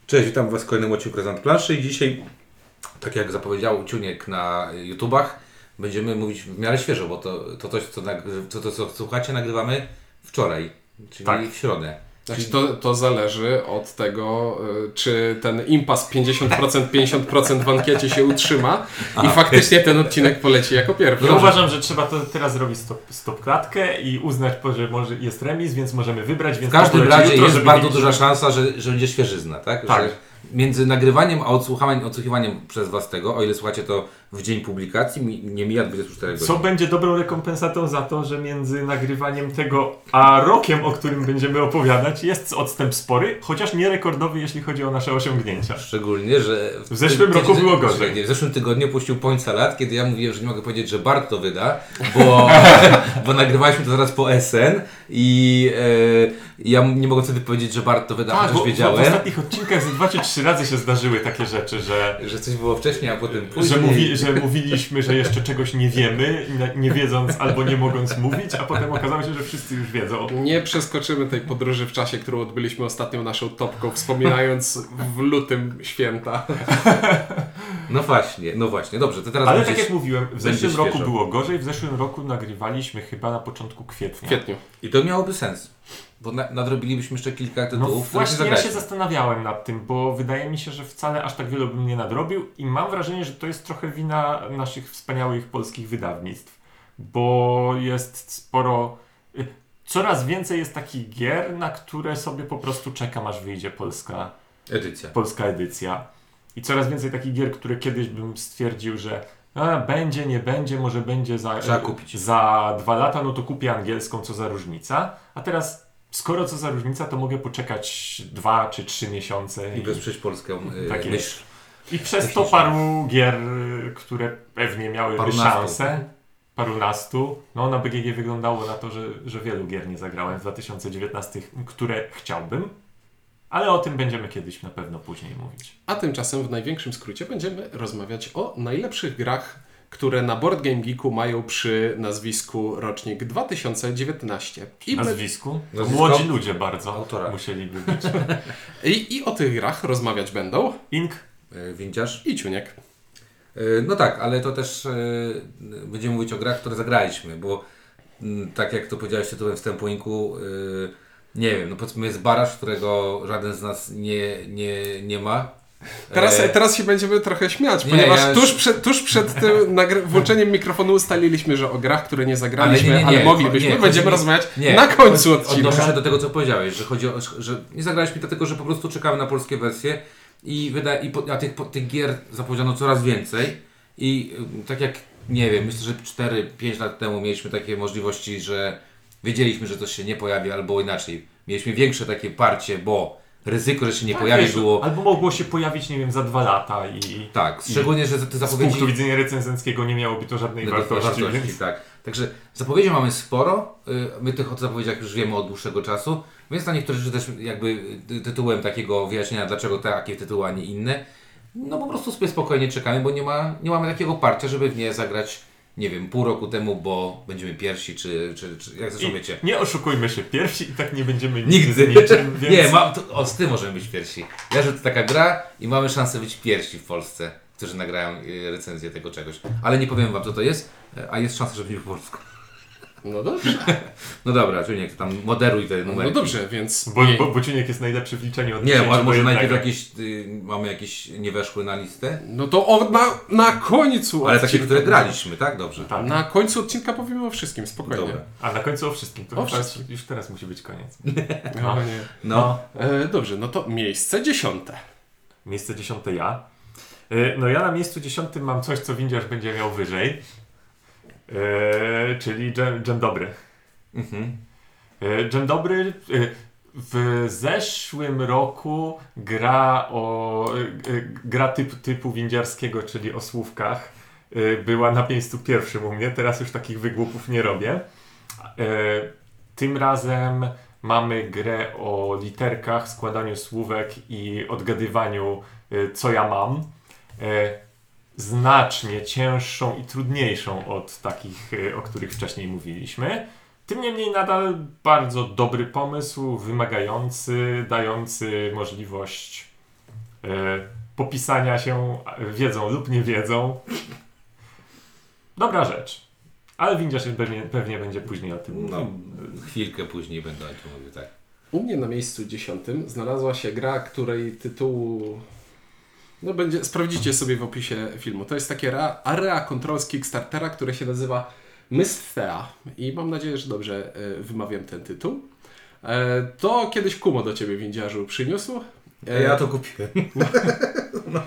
Cześć, witam Was w kolejnym odcinku Prezent Planszy i dzisiaj, tak jak zapowiedział Ciuniek na YouTubach, będziemy mówić w miarę świeżo, bo to coś, co słuchacie, nagrywamy wczoraj, czyli w środę. Znaczy to zależy od tego, czy ten impas 50%, 50% w ankiecie się utrzyma i faktycznie ten odcinek poleci jako pierwszy. Ja uważam, że trzeba to teraz zrobić stopklatkę i uznać, że może jest remis, więc możemy wybrać. Więc w każdym razie jutro, jest bardzo duża szansa, że będzie świeżyzna, tak? Tak. Że między nagrywaniem a odsłuchiwaniem przez Was tego, o ile słuchacie to w dzień publikacji, nie mija 24 godziny. Co będzie dobrą rekompensatą za to, że między nagrywaniem tego a rokiem, o którym będziemy opowiadać, jest odstęp spory, chociaż nie rekordowy, jeśli chodzi o nasze osiągnięcia. Szczególnie, że w zeszłym roku było gorzej. W zeszłym tygodniu puścił Point Salad, kiedy ja mówiłem, że nie mogę powiedzieć, że Bart to wyda, bo nagrywaliśmy to zaraz po SN i ja nie mogę wtedy powiedzieć, że Bart to wyda, chociaż wiedziałem. W ostatnich odcinkach ze 2 czy 3 razy się zdarzyły takie rzeczy, że coś było wcześniej, a potem później. Że mówiliśmy, że jeszcze czegoś nie wiemy, nie wiedząc albo nie mogąc mówić, a potem okazało się, że wszyscy już wiedzą. Nie przeskoczymy tej podróży w czasie, którą odbyliśmy ostatnią naszą topką, wspominając w lutym święta. No właśnie, dobrze. To teraz ale tak jak mówiłem, w zeszłym roku było gorzej, w zeszłym roku nagrywaliśmy chyba na początku kwietnia. W kwietniu. I to miałoby sens. Bo nadrobilibyśmy jeszcze kilka tytułów. No właśnie ja się zastanawiałem nad tym, bo wydaje mi się, że wcale aż tak wiele bym nie nadrobił i mam wrażenie, że to jest trochę wina naszych wspaniałych polskich wydawnictw, bo jest sporo... Coraz więcej jest takich gier, na które sobie po prostu czekam, aż wyjdzie polska edycja. I coraz więcej takich gier, które kiedyś bym stwierdził, że będzie, nie będzie, może będzie za 2 lata, no to kupię angielską, co za różnica. A teraz, skoro co za różnica, to mogę poczekać 2 czy 3 miesiące. I wesprzeć polską myśl. I przez to paru gier, które pewnie miałyby szansę, parunastu, no na BGG wyglądało na to, że wielu gier nie zagrałem w 2019, które chciałbym. Ale o tym będziemy kiedyś na pewno później mówić. A tymczasem w największym skrócie będziemy rozmawiać o najlepszych grach, które na Board Game Geeku mają przy nazwisku rocznik 2019. Nazwisku? Młodzi ludzie bardzo musieliby być. I o tych grach rozmawiać będą Ink, Winciarz i Ciuniek. No tak, ale to też będziemy mówić o grach, które zagraliśmy, bo tak jak to powiedziałeś tytułem wstępu Inku, nie wiem, no powiedzmy jest baraż, którego żaden z nas nie ma. Teraz się będziemy trochę śmiać, ponieważ tuż przed tym włączeniem mikrofonu ustaliliśmy, że o grach, które nie zagraliśmy, ale moglibyśmy, będziemy rozmawiać na końcu odcinka. Odnoszę się do tego, co powiedziałeś, że chodzi o, że nie zagraliśmy dlatego, że po prostu czekamy na polskie wersje a tych gier zapowiedziano coraz więcej i tak jak, nie wiem, myślę, że 4-5 lat temu mieliśmy takie możliwości, że wiedzieliśmy, że coś się nie pojawi, albo inaczej. Mieliśmy większe takie parcie, bo ryzyko, że się nie pojawi było... Albo mogło się pojawić, nie wiem, za 2 lata i... Tak, szczególnie, że te zapowiedzi... Z punktu widzenia recenzenckiego nie miałoby to żadnej wartości. Więc... Tak. Także zapowiedzi mamy sporo. My tych zapowiedziach już wiemy od dłuższego czasu, więc na niektóre rzeczy też jakby tytułem takiego wyjaśnienia, dlaczego takie tytuły, a nie inne. No po prostu sobie spokojnie czekamy, bo nie mamy takiego parcia, żeby w nie zagrać, nie wiem, pół roku temu, bo będziemy pierwsi, czy jak zresztą wiecie. Nie oszukujmy się, pierwsi i tak nie będziemy nigdy. Niczym, więc... Nie, z tym możemy być pierwsi. Ja, że to taka gra i mamy szansę być pierwsi w Polsce, którzy nagrają recenzję tego czegoś. Ale nie powiem Wam, co to jest, a jest szansa, że będzie po polsku. No dobrze. No dobra, Ciuniek, tam moderuj te numery. No dobrze, więc... Bo Ciuniek jest najlepszy w liczeniu od Nie, może najpierw mamy jakieś nie weszły na listę? No to na końcu ale takie, które graliśmy, tak? Dobrze. Tak. Na końcu odcinka powiemy o wszystkim, spokojnie. Dobra. A na końcu o wszystkim. To już teraz musi być koniec. No. Dobrze, no to miejsce 10. Miejsce 10 ja. No ja na miejscu 10 mam coś, co Windziarz będzie miał wyżej. Czyli Dżem Dobry. Dżem Dobry w zeszłym roku gra typu windziarskiego, czyli o słówkach, była na miejscu pierwszym u mnie. Teraz już takich wygłupów nie robię. Tym razem mamy grę o literkach, składaniu słówek i odgadywaniu, co ja mam. Znacznie cięższą i trudniejszą od takich, o których wcześniej mówiliśmy. Tym niemniej nadal bardzo dobry pomysł, wymagający, dający możliwość popisania się wiedzą lub nie wiedzą. Dobra rzecz. Ale Windziarz pewnie będzie później o tym. No, chwilkę później będę o tym mówił, tak. U mnie na miejscu 10 znalazła się gra, której tytułu sprawdzicie sobie w opisie filmu. To jest takie Area Control z Kickstartera, które się nazywa Mysthea i mam nadzieję, że dobrze wymawiam ten tytuł. To kiedyś Kumo do ciebie, Windziarzu, przyniósł. Ja to kupiłem. No.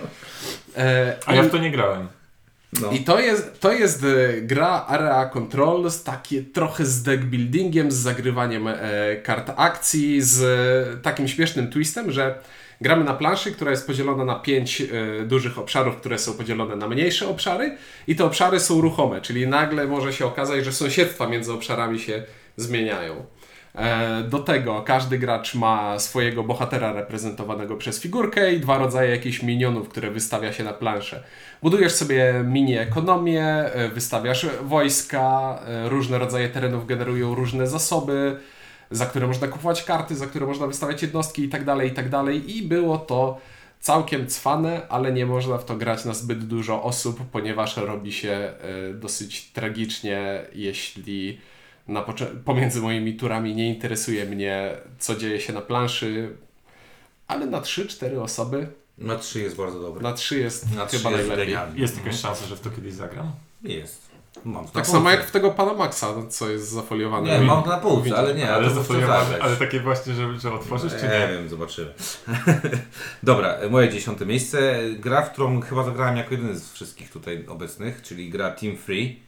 A ja w to nie grałem. No. I to jest gra Area Control trochę z deck buildingiem, z zagrywaniem kart akcji, z takim śmiesznym twistem, że gramy na planszy, która jest podzielona na 5 dużych obszarów, które są podzielone na mniejsze obszary i te obszary są ruchome, czyli nagle może się okazać, że sąsiedztwa między obszarami się zmieniają. Do tego każdy gracz ma swojego bohatera reprezentowanego przez figurkę i 2 rodzaje jakichś minionów, które wystawia się na planszę. Budujesz sobie mini-ekonomię, wystawiasz wojska, różne rodzaje terenów generują różne zasoby, za które można kupować karty, za które można wystawiać jednostki itd. I było to całkiem cwane, ale nie można w to grać na zbyt dużo osób, ponieważ robi się dosyć tragicznie, jeśli pomiędzy moimi turami nie interesuje mnie, co dzieje się na planszy, ale na 3-4 osoby. Na 3 jest bardzo dobre. Na 3 jest chyba najlepiej. Jest jakaś szansa, że w to kiedyś zagram? Jest. Mam tak samo jak w tego pana Maxa, co jest zafoliowane. Nie, mam na półce, ale nie. Ale zafoliowane, ale takie właśnie, że otworzysz, czy nie? Nie wiem, zobaczymy. Dobra, moje 10. miejsce. Gra, w którą chyba zagrałem jako jedyny z wszystkich tutaj obecnych, czyli gra Team Free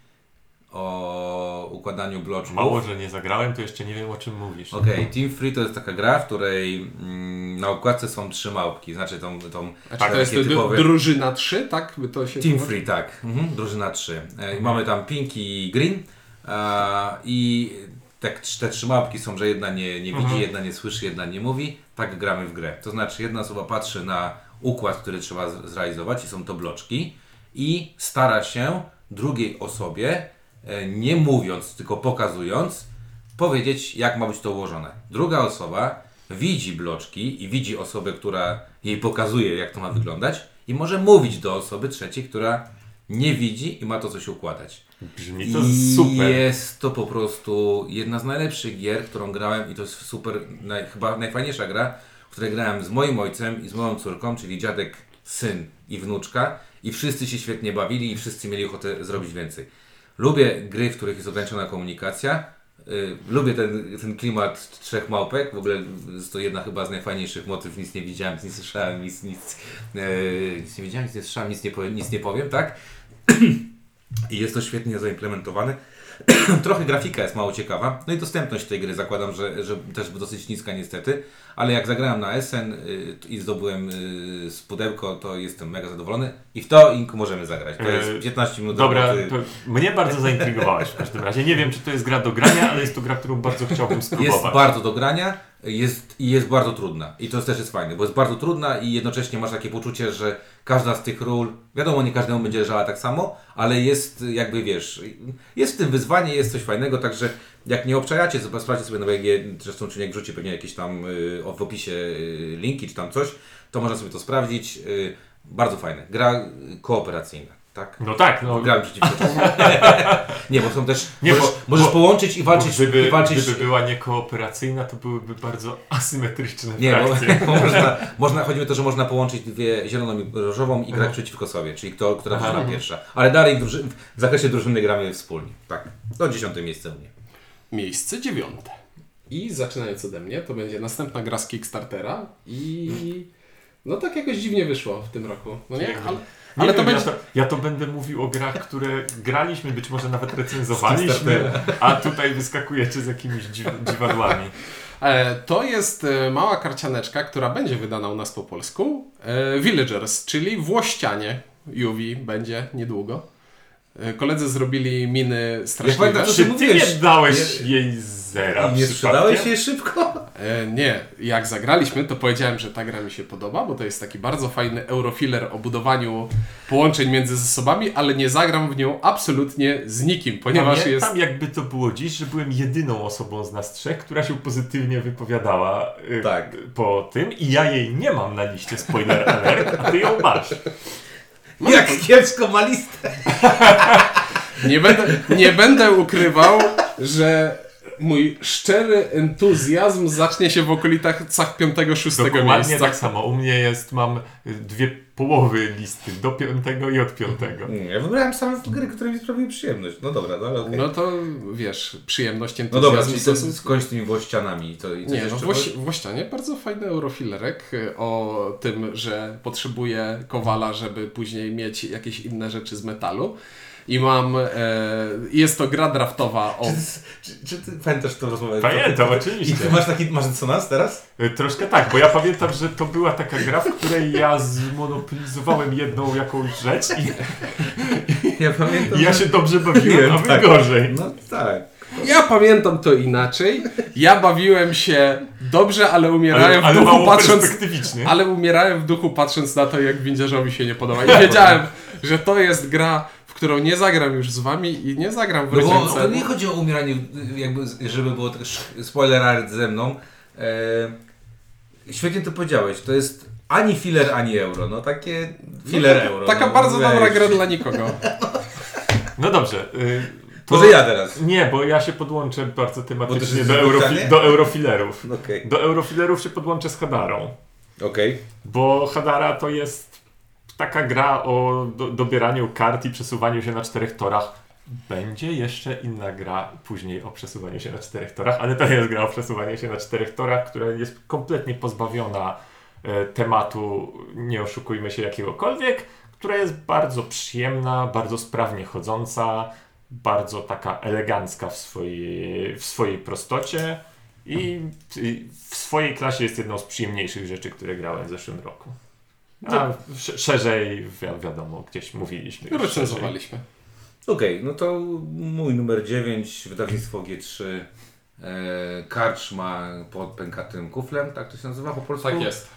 o układaniu bloczków. Mało, że nie zagrałem, to jeszcze nie wiem, o czym mówisz. Okej, Team Free to jest taka gra, w której na okładce są 3 małpki, znaczy to jest typowe... drużyna 3, tak? To się Team Free, tak. Drużyna 3. Mamy tam Pink i Green i te 3 małpki są, że jedna nie widzi, jedna nie słyszy, jedna nie mówi. Tak gramy w grę. To znaczy jedna osoba patrzy na układ, który trzeba zrealizować i są to bloczki i stara się drugiej osobie, nie mówiąc, tylko pokazując, powiedzieć, jak ma być to ułożone. Druga osoba widzi bloczki i widzi osobę, która jej pokazuje, jak to ma wyglądać i może mówić do osoby trzeciej, która nie widzi i ma to coś układać. Brzmi to super. Jest to po prostu jedna z najlepszych gier, którą grałem i to jest super, chyba najfajniejsza gra, w której grałem z moim ojcem i z moją córką, czyli dziadek, syn i wnuczka i wszyscy się świetnie bawili i wszyscy mieli ochotę zrobić więcej. Lubię gry, w których jest ograniczona komunikacja. Lubię ten klimat 3 małpek. W ogóle jest to jedna chyba z najfajniejszych motyw. Nic nie widziałem, nic nie słyszałem, nic nie widziałem, nic nie słyszałem, nic nie powiem, tak? I jest to świetnie zaimplementowane. Trochę grafika jest mało ciekawa. No i dostępność tej gry zakładam, że też dosyć niska niestety. Ale jak zagrałem na SN i zdobyłem z pudełko, to jestem mega zadowolony. I w to Inku możemy zagrać. To jest 15 minut. Dobra, to mnie bardzo zaintrygowałeś w każdym razie. Nie wiem, czy to jest gra do grania, ale jest to gra, którą bardzo chciałbym spróbować. Jest bardzo do grania jest bardzo trudna. I to też jest fajne, bo jest bardzo trudna i jednocześnie masz takie poczucie, że każda z tych ról, wiadomo, nie każdemu będzie leżała tak samo, ale jest jakby, wiesz, jest w tym wyzwanie, jest coś fajnego, także jak nie obczajacie, sprawdźcie sobie na BG, zresztą Czyniek wrzuci pewnie jakieś tam w opisie linki czy tam coś, to można sobie to sprawdzić. Bardzo fajne. Gra kooperacyjna. Tak? No tak. No. Grałem przeciwko czasu. Nie, bo są też... Możesz połączyć i walczyć. Gdyby była niekooperacyjna, to byłyby bardzo asymetryczne frakcje. Chodzi mi o to, że można połączyć dwie, zieloną i różową i grać przeciwko sobie, czyli która drużyna pierwsza. Ale dalej w zakresie drużyny gramy wspólnie. Tak. To 10. miejsce u mnie. Miejsce 9. I zaczynając ode mnie, to będzie następna gra z Kickstartera i no tak jakoś dziwnie wyszło w tym roku. No nie? Ale to będzie... Ja to będę mówił o grach, które graliśmy, być może nawet recenzowaliśmy, a tutaj wyskakujecie z jakimiś dziwadłami. To jest mała karcianeczka, która będzie wydana u nas po polsku. Villagers, czyli Włościanie. Juwi będzie niedługo. Koledzy zrobili miny straszliwe. Czy ty nie dałeś jej zera? Nie sprzedałeś jej szybko? Nie, jak zagraliśmy, to powiedziałem, że ta gra mi się podoba, bo to jest taki bardzo fajny eurofiller o budowaniu połączeń między zasobami, ale nie zagram w nią absolutnie z nikim, ponieważ Pamiętam, jakby to było dziś, że byłem jedyną osobą z nas trzech, która się pozytywnie wypowiadała po tym i ja jej nie mam na liście spoiler alert, a ty ją masz. Jak kiepsko ma listę! Nie będę ukrywał, że mój szczery entuzjazm zacznie się w okolicach 5-6 Dokładnie miejsca. tak samo. U mnie mam 2 połowy listy, do 5 i od 5. Ja wybrałem same gry, które mi sprawiły przyjemność. No dobra, no ale okej. No to wiesz, przyjemność, No dobra, entuzjazm. czyli skończ z tymi włościanami. Nie, no Włościanie, bardzo fajny eurofillerek o tym, że potrzebuję kowala, żeby później mieć jakieś inne rzeczy z metalu. I jest to gra draftowa o... Czy ty pamiętasz tę rozmowę? Pamiętam, oczywiście. I ty masz dysonans teraz? Troszkę tak, bo ja pamiętam, że to była taka gra, w której ja zmonopolizowałem jedną jakąś rzecz Ja pamiętam. i ja się dobrze bawiłem, a wy tak. gorzej. No tak. Ja pamiętam to inaczej. Ja bawiłem się dobrze, ale umierałem w duchu mało patrząc... perspektywicznie. Ale umierałem w duchu patrząc na to, jak windziarzowi się nie podoba. I wiedziałem, że to jest gra, w którą nie zagram już z wami i nie zagram w No bo Recense. to nie chodzi o umieranie, jakby, żeby było też spoiler alert ze mną. Świetnie to powiedziałeś. To jest ani filler, ani euro. No takie filler euro. Taka no, bardzo weź. dobra gra dla nikogo. No dobrze. Może ja teraz. Nie, bo ja się podłączę bardzo tematycznie jest do eurofilerów. Okej. Do eurofilerów się podłączę z Hadarą. Okej. Bo Hadara to jest taka gra o dobieraniu kart i przesuwaniu się na 4 torach. Będzie jeszcze inna gra później o przesuwaniu się na 4 torach, ale to jest gra o przesuwaniu się na 4 torach, która jest kompletnie pozbawiona tematu, nie oszukujmy się, jakiegokolwiek, która jest bardzo przyjemna, bardzo sprawnie chodząca, bardzo taka elegancka w swojej prostocie i w swojej klasie jest jedną z przyjemniejszych rzeczy, które grałem w zeszłym roku. A szerzej, wiadomo, gdzieś mówiliśmy. Recenzowaliśmy. Okej, no to mój numer 9, wydawnictwo G3, Karczma pod pękatym kuflem, tak to się nazywa po polsku? Tak jest.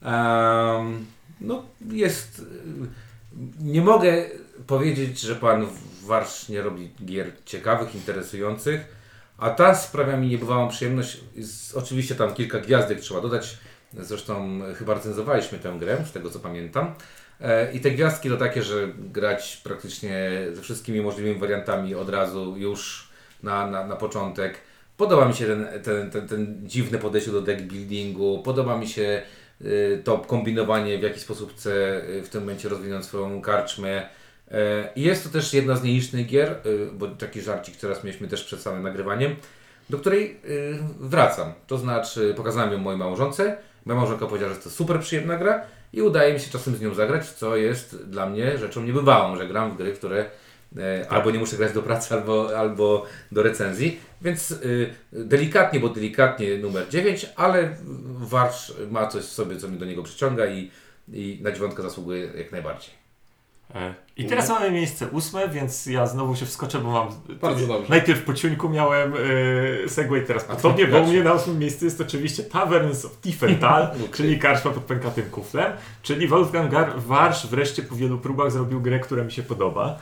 No jest... Nie mogę powiedzieć, że pan Warsz nie robi gier ciekawych, interesujących, a ta sprawia mi niebywałą przyjemność. Oczywiście tam kilka gwiazdek trzeba dodać, zresztą chyba recenzowaliśmy tę grę, z tego co pamiętam. I te gwiazdki to takie, że grać praktycznie ze wszystkimi możliwymi wariantami od razu już na początek. Podoba mi się ten dziwne podejście do deck buildingu, podoba mi się to kombinowanie, w jaki sposób chcę w tym momencie rozwinąć swoją karczmę. I jest to też jedna z nielicznych gier, bo taki żarcik teraz mieliśmy też przed samym nagrywaniem, do której wracam. To znaczy pokazałem ją mojej małżonce, moja małżonka powiedziała, że to super przyjemna gra i udaje mi się czasem z nią zagrać, co jest dla mnie rzeczą niebywałą, że gram w gry, które albo nie muszę grać do pracy, albo do recenzji. Więc delikatnie, bo delikatnie numer 9, ale Warsz ma coś w sobie, co mnie do niego przyciąga i na 9 zasługuje jak najbardziej. I teraz mamy miejsce 8, więc ja znowu się wskoczę, bo mam... Bardzo dobrze. Najpierw po ciuńku miałem segway, teraz po tobie, bo u mnie na 8 miejscu jest oczywiście Taverns of Tiefenthal, czyli karczma pod pękatym kuflem, czyli Wolfgang Warsz wreszcie po wielu próbach zrobił grę, która mi się podoba.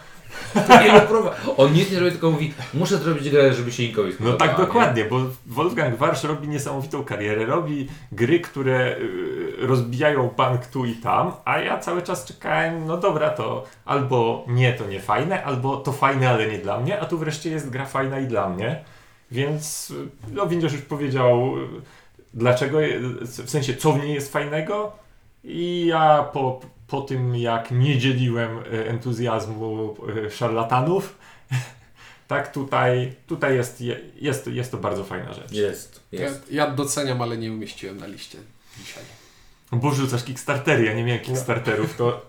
On nic nie robi, tylko mówi, muszę zrobić grę, żeby się Inkowi spodobała. No tak, dokładnie, bo Wolfgang Warsz robi niesamowitą karierę, robi gry, które rozbijają bank tu i tam, a ja cały czas czekałem, no dobra, to albo nie, to nie fajne, albo to fajne, ale nie dla mnie, a tu wreszcie jest gra fajna i dla mnie, więc no Windziarz już powiedział dlaczego, w sensie co w niej jest fajnego i ja po tym, jak nie dzieliłem entuzjazmu szarlatanów, tak tutaj jest to bardzo fajna rzecz. Jest. Ja doceniam, ale nie umieściłem na liście dzisiaj. Bo rzucasz Kickstartery, ja nie miałem Kickstarterów, to...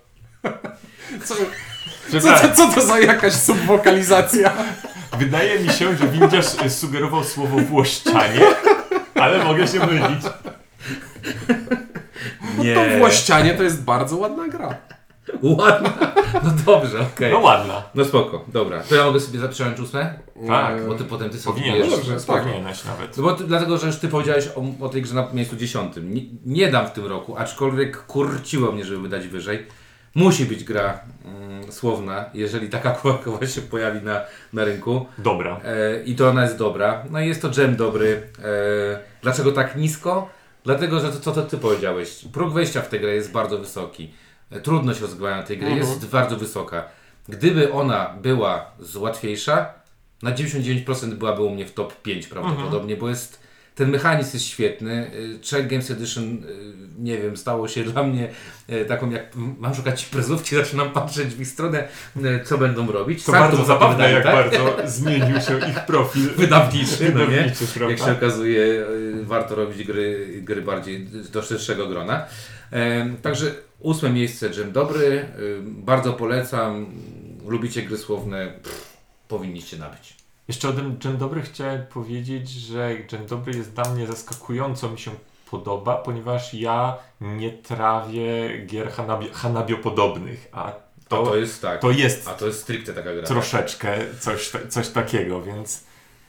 Co to za jakaś subwokalizacja? Wydaje mi się, że Windziarz sugerował słowo włościanie, ale mogę się mylić. Bo to Włościanie to jest bardzo ładna gra. Ładna. No dobrze, okej. No ładna. No spoko, dobra. To ja mogę sobie zapisać 8? Tak. Bo ty potem ty sobie Powinieneś, bierzesz. dobrze, tak. powinieneś nawet. No bo dlatego, że już ty powiedziałeś o tej grze na miejscu 10. Nie dam w tym roku, aczkolwiek kurciło mnie, żeby wydać wyżej. Musi być gra słowna, jeżeli taka koła się pojawi na rynku. Dobra. I to ona jest dobra. No i jest to dżem dobry. Dlaczego tak nisko? Dlatego, że to co ty powiedziałeś. Próg wejścia w tę grę jest bardzo wysoki. Trudność rozgrywania tej gry jest bardzo wysoka. Gdyby ona była łatwiejsza, na 99% byłaby u mnie w top 5 prawdopodobnie, bo jest ten mechanizm jest świetny. Czech Games Edition, nie wiem, stało się dla mnie taką, jak mam szukać imprezówki, zaczynam patrzeć w ich stronę, co będą robić. To Sam bardzo zabawne, zapowiadałem, jak tak? bardzo zmienił się ich profil Wydawniczy, no nie? wydawniczy, prawda? Jak się okazuje, warto robić gry bardziej do szerszego grona. Także 8 miejsce, dżem dobry, bardzo polecam. Lubicie gry słowne, powinniście nabyć. Jeszcze o tym Dżem Dobry chciałem powiedzieć, że Dżem Dobry jest dla mnie zaskakująco mi się podoba, ponieważ ja nie trawię gier Hanabio-podobnych, a To jest tak. to jest A to jest stricte taka gra. troszeczkę coś takiego, więc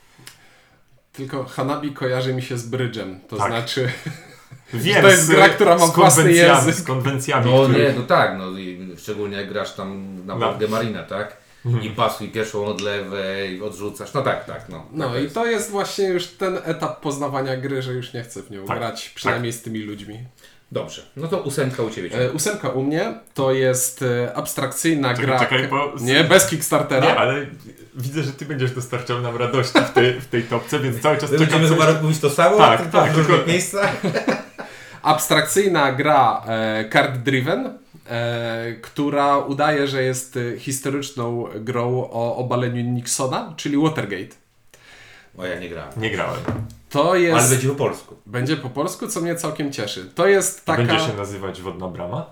Tylko Hanabi kojarzy mi się z brydżem, to Tak. znaczy... wiem, To jest gra, która ma własny język. z konwencjami, No których- nie, no tak, no i szczególnie jak grasz tam na Board Marina, tak? I pasuj pierwszą od lewej, odrzucasz. No tak, no. No tak i jest. to jest właśnie już ten etap poznawania gry, że już nie chcę w nią Tak, grać, przynajmniej z tymi ludźmi. Dobrze, no to 8 u Ciebie. 8 u mnie to jest abstrakcyjna gra... Czekaj, bo... Nie, bez Kickstartera. Nie, ale widzę, że ty będziesz dostarczał nam radości w tej topce, więc cały czas czekam Będziemy coś... chyba mówić to samo, Tak, tylko tak, w różnych tylko- miejscach. Abstrakcyjna gra card driven, która udaje, że jest historyczną grą o obaleniu Nixona, czyli Watergate. O, ja nie grałem. Nie grałem. To jest... Ale będzie po polsku. Będzie po polsku, co mnie całkiem cieszy. To jest taka... Będzie się nazywać Wodna Brama?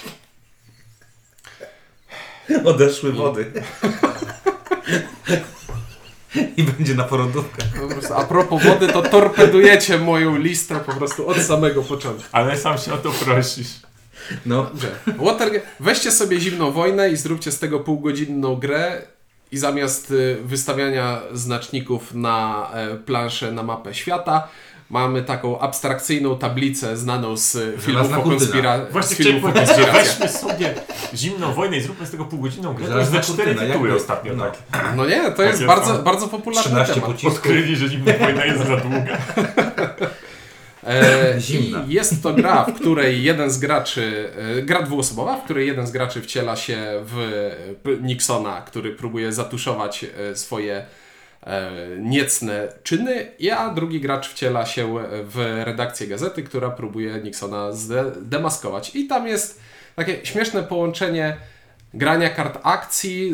Odeszły wody. I będzie na porądówkę. Po prostu, a propos wody, to torpedujecie moją listę po prostu od samego początku. Ale sam się o to prosisz. No, Dobrze. Watergate. Weźcie sobie Zimną Wojnę i zróbcie z tego półgodzinną grę i zamiast wystawiania znaczników na planszę, na mapę świata, mamy taką abstrakcyjną tablicę znaną z filmów Żelazna o kurtyna. konspiracji. Właśnie chciałem powiedzieć, że weźmy sobie Zimną Wojnę i zróbmy z tego półgodzinną grę. To już Żelazna ze 4 kurtyna, tytuły jakby- ostatnio, no. tak. No nie, to jest Takie bardzo, są. bardzo popularny 13 temat. pocisków. Odkryli, że Zimna Wojna jest za długa. Zimna. I jest to gra, w której jeden z graczy, gra dwuosobowa, w której jeden z graczy wciela się w Nixona, który próbuje zatuszować swoje niecne czyny, a drugi gracz wciela się w redakcję gazety, która próbuje Nixona zdemaskować. I tam jest takie śmieszne połączenie grania kart akcji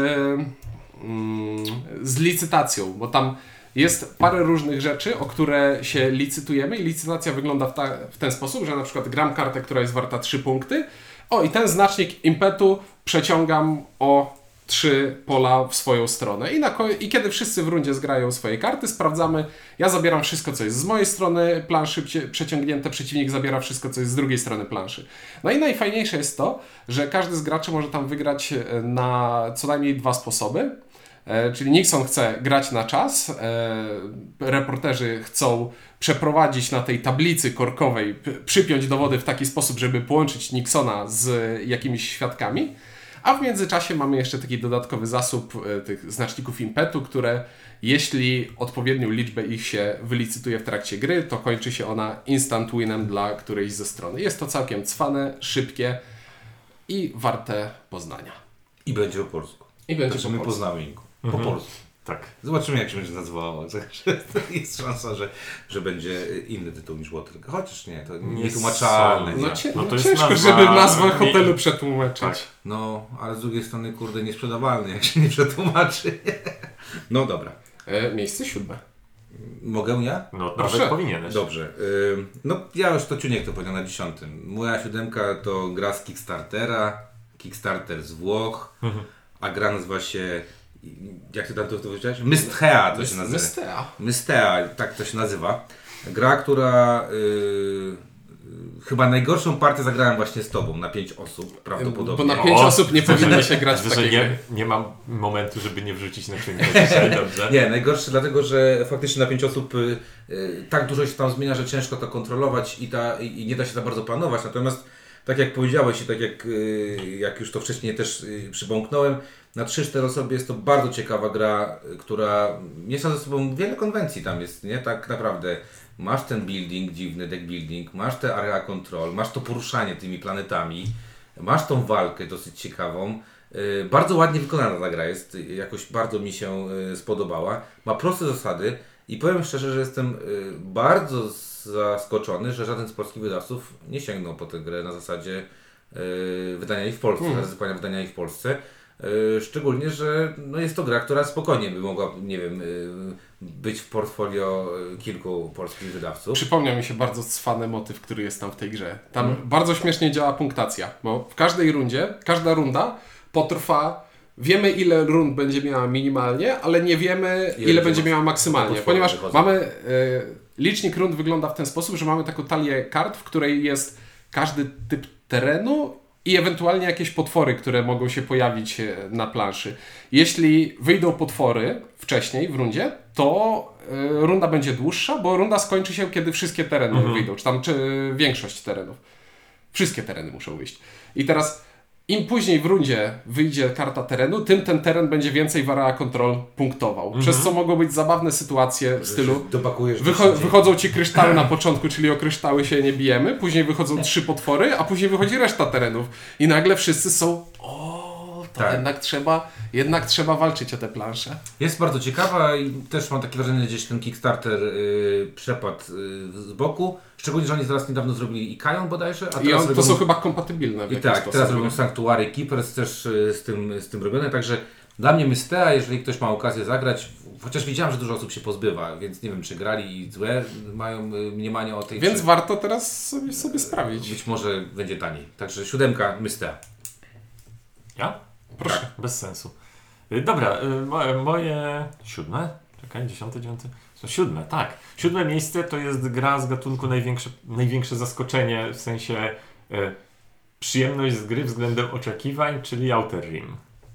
z licytacją, bo tam jest parę różnych rzeczy, o które się licytujemy i licytacja wygląda w ten sposób, że na przykład gram kartę, która jest warta 3 punkty, i ten znacznik impetu przeciągam o 3 pola w swoją stronę. I kiedy wszyscy w rundzie zgrają swoje karty, sprawdzamy, ja zabieram wszystko, co jest z mojej strony planszy przeciągnięte, przeciwnik zabiera wszystko, co jest z drugiej strony planszy. No i najfajniejsze jest to, że każdy z graczy może tam wygrać na co najmniej 2 sposoby. Czyli Nixon chce grać na czas, reporterzy chcą przeprowadzić na tej tablicy korkowej, przypiąć dowody w taki sposób, żeby połączyć Nixona z jakimiś świadkami, a w międzyczasie mamy jeszcze taki dodatkowy zasób tych znaczników impetu, które jeśli odpowiednią liczbę ich się wylicytuje w trakcie gry, to kończy się ona instant winem dla którejś ze strony. Jest to całkiem cwane, szybkie i warte poznania. I będzie po polsku. I będzie Znaczy, po my polsku. poznamy Inku. Po polsku. Tak. Zobaczymy, jak się będzie nazywało. Jest szansa, że będzie inny tytuł niż Watergate. Chociaż nie, to nietłumaczalne. No, nie. No to jest ciężko, nazwa- żeby nazwę nie- hotelu przetłumaczyć. Tak. No, ale z drugiej strony, kurde, niesprzedawalny, jak się nie przetłumaczy. No dobra. Miejsce 7. Mogę ja? No Proszę. nawet powinieneś. Dobrze. No ja już to Ciuniek to powiedział na 10. Moja 7 to gra z Kickstartera. Kickstarter z Włoch. A gra nazywa się... Jak ty tam to powiedziałeś? Mystea to się nazywa. Mystea. Mystea, tak to się nazywa. Gra, która chyba najgorszą partię zagrałem właśnie z tobą na 5 osób prawdopodobnie. Bo na 5 osób nie powinno się grać w że takie nie mam momentu, żeby nie wrzucić na czynnik dzisiaj, dobrze? Nie, najgorszy dlatego, że faktycznie na 5 osób tak dużo się tam zmienia, że ciężko to kontrolować i nie da się za bardzo planować. Natomiast tak jak powiedziałeś i tak jak już to wcześniej też przybąknąłem, na 3-4 osoby jest to bardzo ciekawa gra, która miesza ze sobą wiele konwencji tam jest, nie? Tak naprawdę masz ten building, dziwny deck building, masz te area control, masz to poruszanie tymi planetami, masz tą walkę dosyć ciekawą. Bardzo ładnie wykonana ta gra jest, jakoś bardzo mi się spodobała. Ma proste zasady i powiem szczerze, że jestem bardzo zaskoczony, że żaden z polskich wydawców nie sięgnął po tę grę na zasadzie wydania jej w Polsce, zaryzykowania wydania jej w Polsce. Szczególnie, że no jest to gra, która spokojnie by mogła, nie wiem, być w portfolio kilku polskich wydawców. Przypomniał mi się bardzo cwany motyw, który jest tam w tej grze. Tam bardzo śmiesznie działa punktacja, bo w każdej rundzie, każda runda potrwa, wiemy ile rund będzie miała minimalnie, ale nie wiemy ile będzie miała maksymalnie, ponieważ mamy, licznik rund wygląda w ten sposób, że mamy taką talię kart, w której jest każdy typ terenu i ewentualnie jakieś potwory, które mogą się pojawić na planszy. Jeśli wyjdą potwory wcześniej w rundzie, to runda będzie dłuższa, bo runda skończy się, kiedy wszystkie tereny wyjdą, czy większość terenów. Wszystkie tereny muszą wyjść. I teraz im później w rundzie wyjdzie karta terenu, tym ten teren będzie więcej w area control punktował. Przez co mogą być zabawne sytuacje w stylu wychodzą ci kryształy na początku, czyli o kryształy się nie bijemy, później wychodzą 3 potwory, a później wychodzi reszta terenów. I nagle wszyscy są tak. jednak trzeba walczyć o te plansze. Jest bardzo ciekawa i też mam takie wrażenie, że gdzieś ten Kickstarter przepadł z boku. Szczególnie, że oni teraz niedawno zrobili Ikajon bodajże. A teraz to są chyba kompatybilne w i jakiś tak, sposób. teraz robią Sanctuary Keepers też z tym robione, także dla mnie Mystea, jeżeli ktoś ma okazję zagrać, chociaż widziałem, że dużo osób się pozbywa, więc nie wiem, czy grali i złe mają mniemanie o tej Więc czy warto teraz sobie sprawdzić. być może będzie taniej. Także 7 Mystea. Ja? Proszę. Tak, bez sensu. Dobra, moje 7? Czekaj, 10, 9? 7, tak. 7 miejsce to jest gra z gatunku największe zaskoczenie, w sensie przyjemność z gry względem oczekiwań, czyli Outer Rim.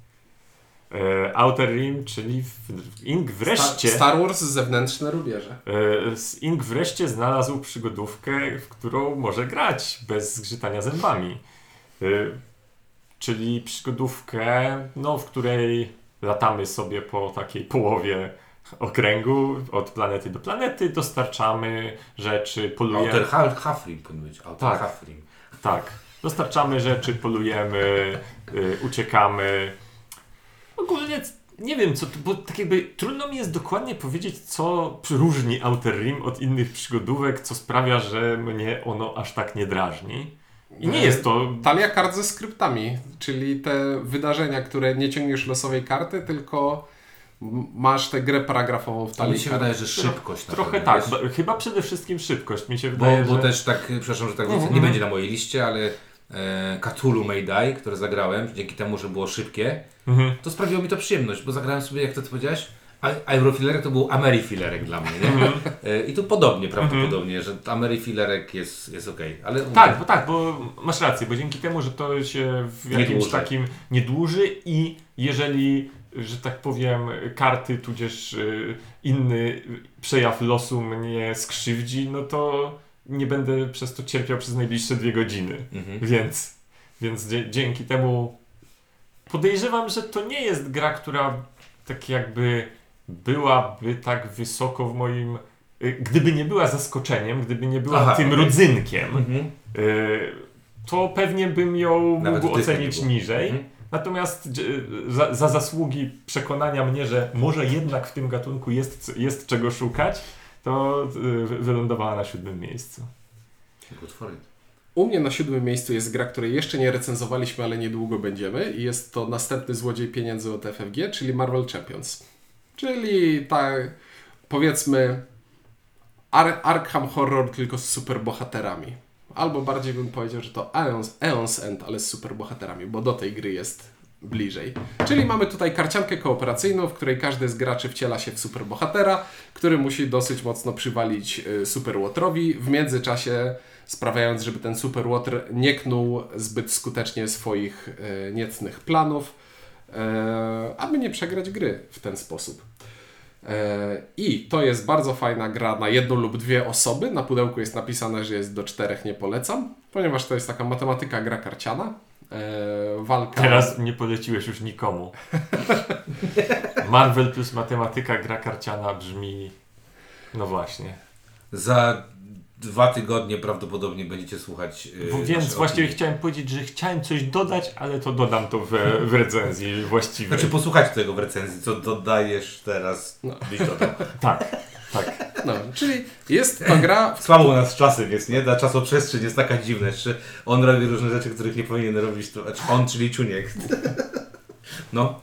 Outer Rim, czyli Ink wreszcie... Star Wars zewnętrzne rubieże. Ink wreszcie znalazł przygodówkę, w którą może grać bez zgrzytania zębami. Czyli przygodówkę, w której latamy sobie po takiej połowie okręgu, od planety do planety, dostarczamy rzeczy, polujemy... Outer Half-Rim powinien być. Outer Half-Rim. Tak. Dostarczamy rzeczy, polujemy, uciekamy. Ogólnie nie wiem, bo tak jakby trudno mi jest dokładnie powiedzieć, co różni Outer Rim od innych przygodówek, co sprawia, że mnie ono aż tak nie drażni. I nie jest to... Talia kart ze skryptami, czyli te wydarzenia, które nie ciągniesz losowej karty, tylko masz tę grę paragrafową w talii. Mi się wydaje, że szybkość. Trochę tak, chyba przede wszystkim szybkość. Mi się wydaje, bo też tak, przepraszam, że tak nie będzie na mojej liście, ale Cthulhu May Die, które zagrałem, dzięki temu, że było szybkie, to sprawiło mi to przyjemność, bo zagrałem sobie, jak to ty powiedziałeś, Eurofilerek to był Amerifilerek dla mnie, nie? I tu podobnie, prawdopodobnie, że Amerifilerek jest okej. Ale bo masz rację, bo dzięki temu, że to się w jakimś takim nie dłuży i jeżeli, że tak powiem, karty tudzież inny przejaw losu mnie skrzywdzi, no to nie będę przez to cierpiał przez najbliższe 2 godziny. Więc dzięki temu podejrzewam, że to nie jest gra, która tak jakby byłaby tak wysoko w moim... Gdyby nie była zaskoczeniem, gdyby nie była tym rodzynkiem, to pewnie bym ją mógł ocenić niżej. Natomiast za zasługi przekonania mnie, że może jednak w tym gatunku jest czego szukać, to wylądowała na 7 miejscu. U mnie na 7 miejscu jest gra, której jeszcze nie recenzowaliśmy, ale niedługo będziemy i jest to następny złodziej pieniędzy od FFG, czyli Marvel Champions. Czyli tak, powiedzmy, Arkham Horror tylko z superbohaterami. Albo bardziej bym powiedział, że to Aeon's End, ale z superbohaterami, bo do tej gry jest bliżej. Czyli mamy tutaj karciankę kooperacyjną, w której każdy z graczy wciela się w superbohatera, który musi dosyć mocno przywalić superłotrowi, w międzyczasie sprawiając, żeby ten superłotr nie knuł zbyt skutecznie swoich niecnych planów, aby nie przegrać gry w ten sposób. I to jest bardzo fajna gra na 1 lub 2 osoby. Na pudełku jest napisane, że jest do 4, nie polecam, ponieważ to jest taka matematyka gra karciana. Walka... Teraz nie poleciłeś już nikomu. Marvel plus matematyka, gra karciana brzmi... No właśnie. Za 2 tygodnie prawdopodobnie będziecie słuchać. Więc właściwie chciałem powiedzieć, że chciałem coś dodać, ale to dodam to w recenzji właściwie. Znaczy posłuchać tego w recenzji, co dodajesz teraz. Byś dodał. Tak. No, czyli jest to gra... Słabo u nas z czasem jest, nie? Ta czasoprzestrzeń jest taka dziwna. Jeszcze on robi różne rzeczy, których nie powinien robić. Znaczy on, czyli Czuniek. No.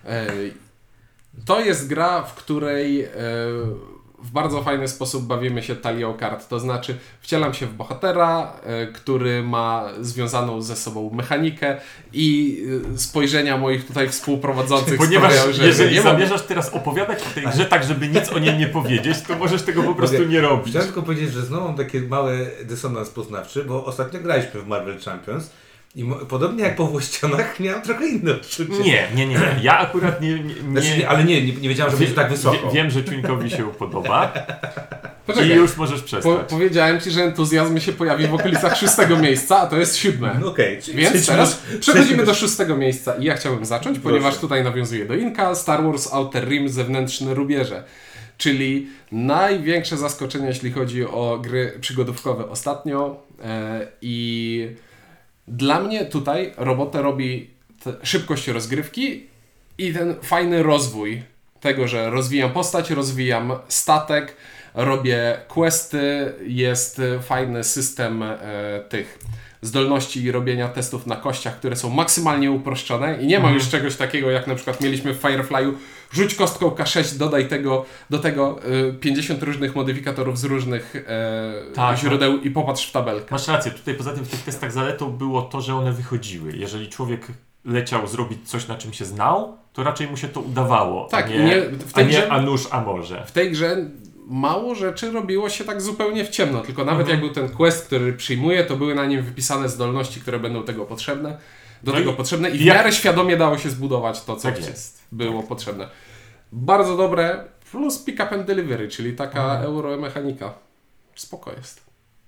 To jest gra, w której w bardzo fajny sposób bawimy się talią kart. To znaczy wcielam się w bohatera, który ma związaną ze sobą mechanikę i spojrzenia moich tutaj współprowadzących Ponieważ sprawiają, że jeżeli nie zamierzasz teraz opowiadać o tej grze tak, żeby nic o niej nie powiedzieć, to możesz tego po prostu nie robić. Chciałem tylko powiedzieć, że znowu mam taki mały dysonans poznawczy, bo ostatnio graliśmy w Marvel Champions i podobnie jak po Włościanach miałem trochę inne odczucie. Nie. Ja akurat nie Znaczy, ale nie wiedziałem, że będzie tak wysoko. Wiem, że Czujnikowi się podoba. Poczekaj, I już możesz przestać. powiedziałem Ci, że entuzjazm mi się pojawi w okolicach 6 miejsca, a to jest 7. No okej. Więc teraz przechodzimy do 6 miejsca i ja chciałbym zacząć, ponieważ tutaj nawiązuję do Inka, Star Wars Outer Rim Zewnętrzne Rubieże. Czyli największe zaskoczenie, jeśli chodzi o gry przygodówkowe ostatnio i dla mnie tutaj robotę robi szybkość rozgrywki i ten fajny rozwój tego, że rozwijam postać, rozwijam statek, robię questy, jest fajny system tych zdolności i robienia testów na kościach, które są maksymalnie uproszczone i nie ma już czegoś takiego, jak na przykład mieliśmy w Firefly'u, rzuć kostką K6, dodaj do tego 50 różnych modyfikatorów z różnych źródeł i popatrz w tabelkę. Masz rację, tutaj poza tym w tych testach zaletą było to, że one wychodziły. Jeżeli człowiek leciał zrobić coś, na czym się znał, to raczej mu się to udawało, Tak, a nuż, a może. W tej grze mało rzeczy robiło się tak zupełnie w ciemno, tylko nawet jak był ten quest, który przyjmuję, to były na nim wypisane zdolności, które będą tego potrzebne, potrzebne i w miarę świadomie dało się zbudować to, co było potrzebne. Bardzo dobre, plus pick up and delivery, czyli taka euromechanika. Spoko jest.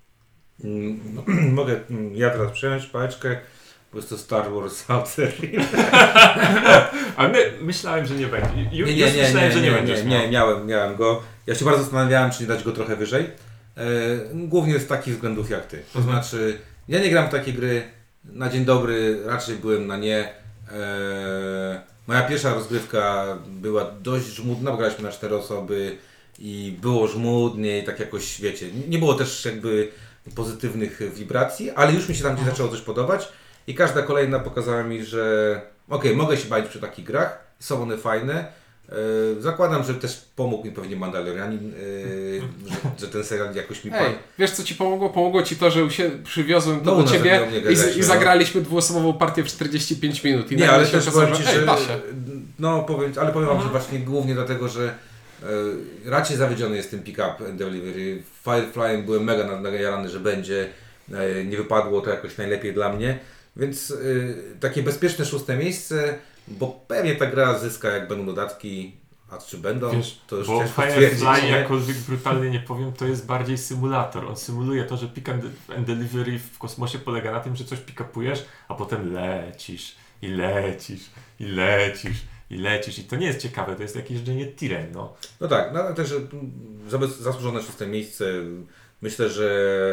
Mogę ja teraz przejąć pałeczkę, po prostu Star Wars Outer Rim. Ale myślałem, że nie będzie. Myślałem, że nie będziesz miałem go. Ja się bardzo zastanawiałem, czy nie dać go trochę wyżej. Głównie z takich względów jak ty. To znaczy, ja nie gram w takie gry na dzień dobry, raczej byłem na nie. Moja pierwsza rozgrywka była dość żmudna, bo graliśmy na 4 osoby i było żmudnie i tak jakoś, wiecie, nie było też jakby pozytywnych wibracji, ale już mi się tam gdzieś zaczęło coś podobać i każda kolejna pokazała mi, że mogę się bawić przy takich grach, są one fajne. Zakładam, że też pomógł mi pewnie Mandalorianin, że ten serial jakoś mi pomógł. Wiesz co Ci pomogło? Pomogło Ci to, że przywiozłem to do Ciebie i zagraliśmy dwuosobową partię w 45 minut. I nie, ale też powiem Ci, że powiem Wam, że właśnie głównie dlatego, że raczej zawiedziony jest tym pick-up and delivery. Firefly'em byłem mega najarany, że będzie. Nie wypadło to jakoś najlepiej dla mnie. Więc takie bezpieczne 6 miejsce, bo pewnie ta gra zyska, jak będą dodatki. A czy będą? Wiesz, to już bo Firefly, jakkolwiek brutalnie nie powiem, to jest bardziej symulator. On symuluje to, że pick and delivery w kosmosie polega na tym, że coś pick-upujesz, a potem lecisz i lecisz i lecisz i lecisz. I to nie jest ciekawe, to jest jakieś jeżdżenie tirem. No tak, no też zasłużone 6 miejsce. Myślę, że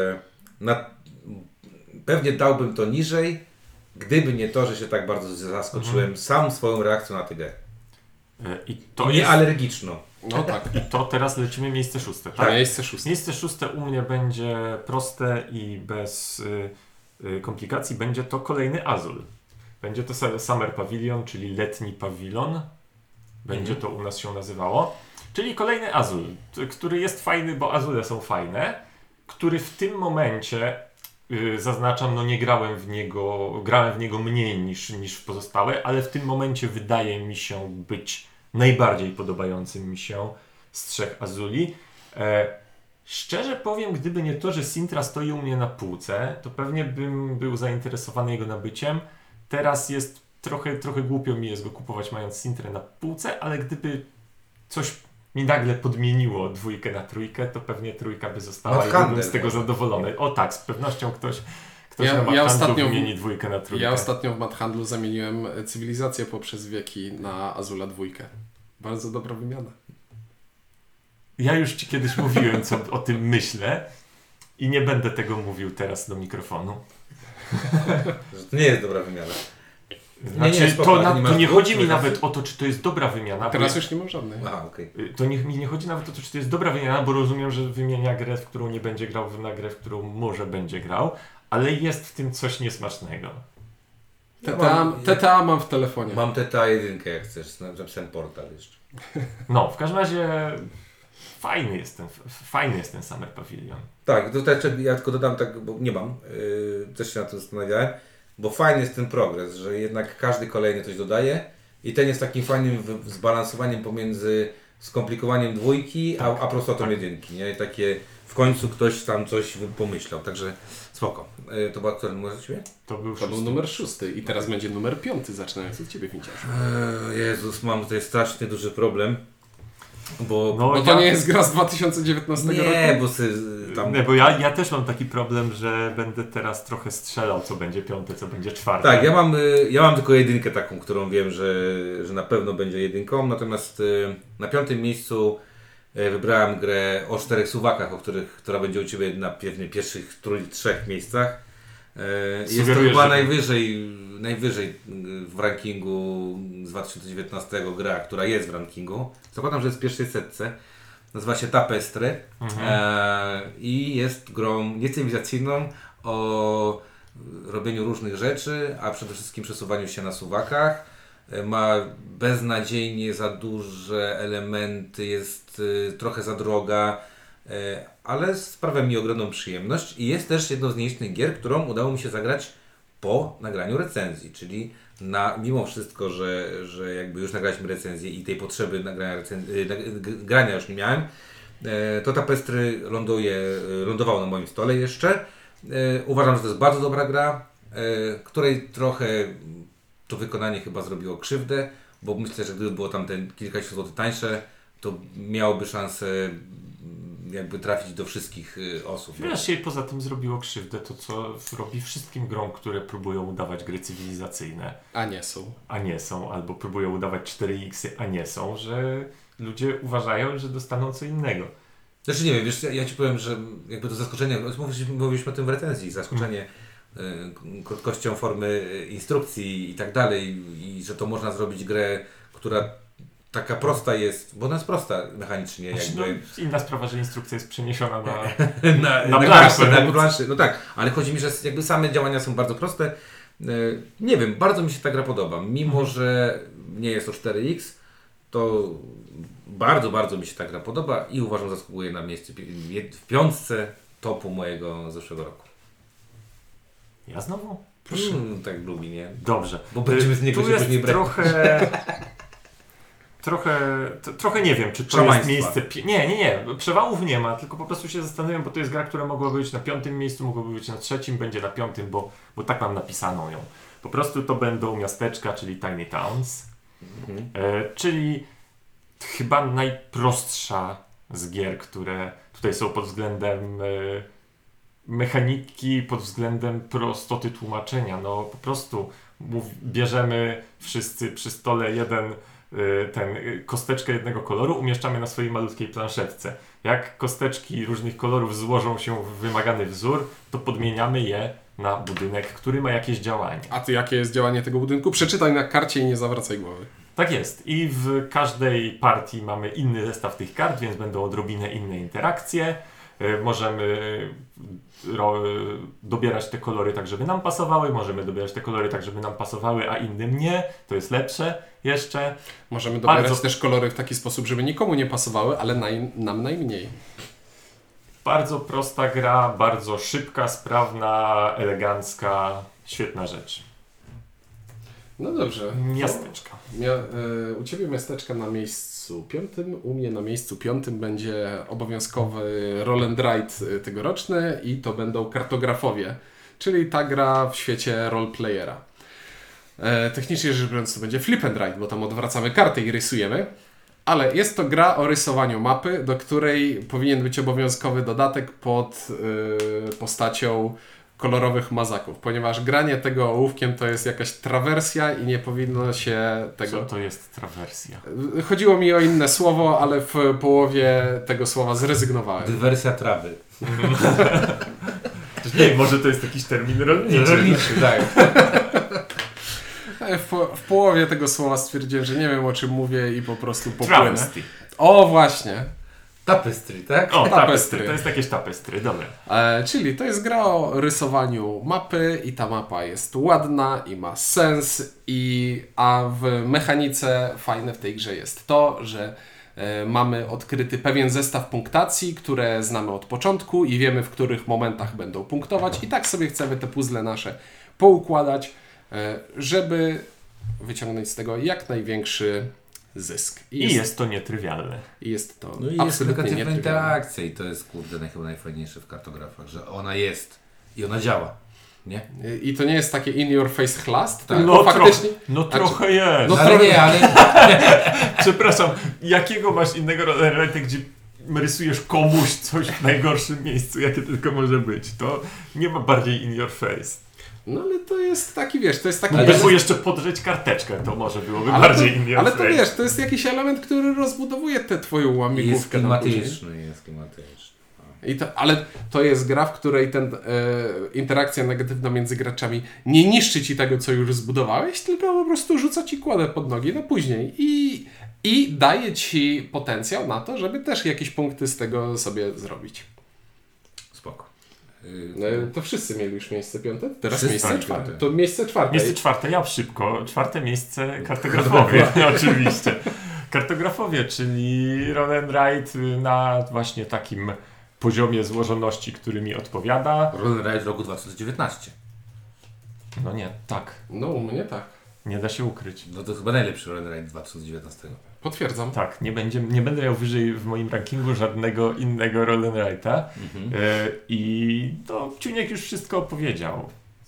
pewnie dałbym to niżej, gdyby nie to, że się tak bardzo zaskoczyłem sam swoją reakcją na tę grę. I to nie alergiczną. No tak. I to teraz lecimy miejsce 6, tak? Miejsce 6. Miejsce 6 u mnie będzie proste i bez komplikacji. Będzie to kolejny Azul. Będzie to Summer Pavilion, czyli letni pawilon. Będzie to u nas się nazywało. Czyli kolejny Azul, który jest fajny, bo Azule są fajne. Który w tym momencie zaznaczam, no nie grałem w niego mniej niż w pozostałe, ale w tym momencie wydaje mi się być najbardziej podobającym mi się z 3 Azuli. Szczerze powiem, gdyby nie to, że Sintra stoi u mnie na półce, to pewnie bym był zainteresowany jego nabyciem. Teraz jest trochę głupio mi jest go kupować mając Sintrę na półce, ale gdyby coś mi nagle podmieniło 2 na 3, to pewnie 3 by została i byłbym z tego zadowolony. O tak, z pewnością ktoś na Madhandlu wymieni 2 na 3. Ja ostatnio w Madhandlu zamieniłem Cywilizację poprzez wieki na Azula 2. Bardzo dobra wymiana. Ja już Ci kiedyś mówiłem, co o tym myślę i nie będę tego mówił teraz do mikrofonu. Że to nie jest dobra wymiana. Znaczy, to nie chodzi mi nawet o to, czy to jest dobra wymiana. Teraz już nie mam żadnej. Aha, okej. To mi nie chodzi nawet o to, czy to jest dobra wymiana, bo rozumiem, że wymienia grę, w którą nie będzie grał, na grę, w którą może będzie grał, ale jest w tym coś niesmacznego. TTA mam w telefonie. Mam TTA 1, jak chcesz, napisałem portal jeszcze. No, w każdym razie fajny jest ten Summer Pavilion. Tak, to też ja tylko dodam tak, bo nie mam, też się na to zastanawiałem, bo fajny jest ten progres, że jednak każdy kolejny coś dodaje i ten jest takim fajnym zbalansowaniem pomiędzy skomplikowaniem 2, a prostotą 1, nie? I takie w końcu ktoś tam coś pomyślał, także spoko. To był który numer za Ciebie? To był numer 6 i teraz będzie numer 5, zaczynając od Ciebie, Winciarzu. Jezus, mam tutaj strasznie duży problem. Bo to nie jest gra z 2019 roku? Nie, bo tam... Nie, bo ja też mam taki problem, że będę teraz trochę strzelał, co będzie 5, co będzie 4. Tak, ja mam tylko 1 taką, którą wiem, że na pewno będzie 1, natomiast na 5 miejscu wybrałem grę o 4 suwakach, która będzie u Ciebie na pierwszych 3 miejscach. Jest to chyba najwyżej w rankingu z 2019 gra, która jest w rankingu. Zakładam, że jest w pierwszej setce. Nazywa się Tapestry i jest grą niecywilizacyjną o robieniu różnych rzeczy, a przede wszystkim przesuwaniu się na suwakach. Ma beznadziejnie za duże elementy, jest trochę za droga, ale sprawia mi ogromną przyjemność i jest też jedną z nielicznych gier, którą udało mi się zagrać po nagraniu recenzji, czyli mimo wszystko, że jakby już nagraliśmy recenzję i tej potrzeby grania już nie miałem, to Tapestry lądowało na moim stole jeszcze. Uważam, że to jest bardzo dobra gra, której trochę to wykonanie chyba zrobiło krzywdę, bo myślę, że gdyby było tam kilkadziesiąt złotych tańsze, to miałoby szansę jakby trafić do wszystkich osób. Wiesz, jej poza tym zrobiło krzywdę to, co robi wszystkim grom, które próbują udawać gry cywilizacyjne. A nie są, albo próbują udawać 4X, a nie są, że ludzie uważają, że dostaną co innego. Znaczy nie wiem, wiesz, ja Ci powiem, że jakby to zaskoczenie, mówiliśmy o tym w recenzji, zaskoczenie krótkością formy instrukcji i tak dalej, i że to można zrobić grę, która taka prosta jest, bo ona jest prosta mechanicznie. Jakby. Inna sprawa, że instrukcja jest przeniesiona na planszy. No tak, ale chodzi mi, że jakby same działania są bardzo proste. Nie wiem, bardzo mi się ta gra podoba. Mimo, że nie jest to 4X, to bardzo, bardzo mi się ta gra podoba i uważam, że zasługuje na miejsce w 5 topu mojego zeszłego roku. Ja znowu? Proszę. Tak lubi, nie? Dobrze. Bo będziemy z niego tu się jest później brać. Trochę nie wiem, czy to jest miejsce... Nie. Przewałów nie ma, tylko po prostu się zastanawiam, bo to jest gra, która mogła być na 5 miejscu, mogłaby być na 3, będzie na 5, bo tak mam napisaną ją. Po prostu to będą miasteczka, czyli Tiny Towns, czyli chyba najprostsza z gier, które tutaj są pod względem mechaniki, pod względem prostoty tłumaczenia. No po prostu bierzemy wszyscy przy stole kosteczkę jednego koloru, umieszczamy na swojej malutkiej planszetce. Jak kosteczki różnych kolorów złożą się w wymagany wzór, to podmieniamy je na budynek, który ma jakieś działanie. A ty jakie jest działanie tego budynku? Przeczytaj na karcie i nie zawracaj głowy. Tak jest. I w każdej partii mamy inny zestaw tych kart, więc będą odrobinę inne interakcje. Możemy dobierać te kolory tak, żeby nam pasowały, możemy dobierać te kolory tak, żeby nam pasowały, a innym nie. To jest lepsze jeszcze. Możemy dobierać też kolory w taki sposób, żeby nikomu nie pasowały, ale nam najmniej. bardzo prosta gra, bardzo szybka, sprawna, elegancka, świetna rzecz. No dobrze. Miasteczka. U Ciebie miasteczka na miejscu 5, u mnie na miejscu 5 będzie obowiązkowy Roll and Ride tegoroczny i to będą kartografowie, czyli ta gra w świecie roleplayera. Technicznie rzecz biorąc to będzie Flip and Ride, bo tam odwracamy karty i rysujemy, ale jest to gra o rysowaniu mapy, do której powinien być obowiązkowy dodatek pod postacią kolorowych mazaków, ponieważ granie tego ołówkiem to jest jakaś trawersja i nie powinno się tego... Co to jest trawersja? Chodziło mi o inne słowo, ale w połowie tego słowa zrezygnowałem. Dywersja trawy. Nie, może to jest jakiś termin rolniczy. Rolniczy, tak. W połowie tego słowa stwierdziłem, że nie wiem o czym mówię i po prostu popłynę. Travesty. O, właśnie. Tapestry, tak? O, Tapestry. tapestry. To jest jakieś tapestry, dobra. Czyli to jest gra o rysowaniu mapy i ta mapa jest ładna i ma sens, a w mechanice fajne w tej grze jest to, że mamy odkryty pewien zestaw punktacji, które znamy od początku i wiemy, w których momentach będą punktować i tak sobie chcemy te puzzle nasze poukładać, żeby wyciągnąć z tego jak największy zysk. I jest to nietrywialne. I jest to No i jest absolutnie negatywna nietrywialne. interakcja i to jest chyba najfajniejsze w kartografach, że ona jest i ona działa, nie? I to nie jest takie in your face chlast, Tak. tylko faktycznie... Trochę jest. No Ale nie, ale Przepraszam, jakiego masz innego roleplay, gdzie rysujesz komuś coś w najgorszym miejscu, jakie tylko może być? To nie ma bardziej in your face. No ale to jest taki, wiesz, to jest taki... Gdyby jeszcze podrzeć karteczkę, to może byłoby bardziej in your ale face. to wiesz, to jest jakiś element, który rozbudowuje tę twoją jest łamigłówkę na później. klimatyczny. Ale to jest gra, w której interakcja negatywna między graczami nie niszczy ci tego, co już zbudowałeś, tylko po prostu rzuca ci kładę pod nogi na później i daje ci potencjał na to, żeby też jakieś punkty z tego sobie zrobić. Spoko. To wszyscy mieli już miejsce 5? Teraz Wszyscy, miejsce tak, 4. tak. To miejsce 4. Miejsce 4, ja szybko. 4 miejsce kartografowie, oczywiście. Kartografowie, czyli Roll and Ride na właśnie takim poziomie złożoności, który mi odpowiada. Roll and Ride roku 2019. No nie, tak. No u mnie tak. Nie da się ukryć. No to chyba najlepszy Roll and Ride 2019. Potwierdzam. Tak, nie będę miał wyżej w moim rankingu żadnego innego Roll and Ride'a. I to Ciuniek już wszystko opowiedział.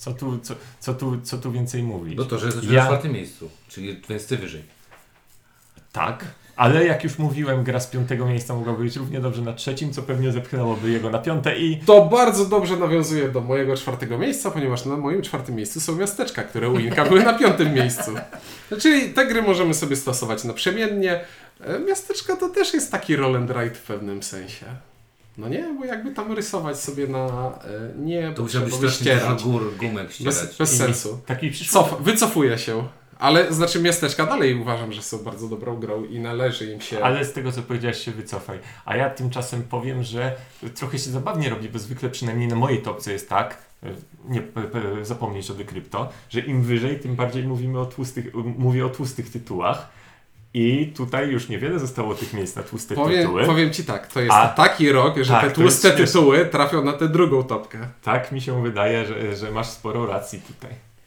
Co tu więcej mówić? No to, że jest na 4. miejscu, czyli więc ty wyżej. Tak, ale jak już mówiłem, gra z 5. miejsca mogłaby być równie dobrze na 3, co pewnie zepchnęłoby jego na 5 i... To bardzo dobrze nawiązuje do mojego 4. miejsca, ponieważ na moim 4. miejscu są miasteczka, które u Inka były na 5. miejscu. Czyli te gry możemy sobie stosować naprzemiennie. Miasteczka to też jest taki roll and ride w pewnym sensie. No nie, bo jakby tam rysować sobie na... nie, To musiał być trzeba by strasznie dużo ścierać. gumek ścierać. Bez sensu. Tak mi przyszło... Wycofuję się. Ale znaczy miasteczka dalej uważam, że są bardzo dobrą grą i należy im się... Ale z tego, co powiedziałeś, się wycofaj. A ja tymczasem powiem, że trochę się zabawnie robi, bo zwykle przynajmniej na mojej topce jest tak, nie zapomnieć o Decrypto, że im wyżej, tym bardziej mówię o tłustych tytułach. I tutaj już niewiele zostało tych miejsc na tłuste tytuły. Powiem Ci tak, to jest taki rok, że tak, te tłuste tytuły trafią na tę drugą topkę. Tak mi się wydaje, że masz sporo racji tutaj.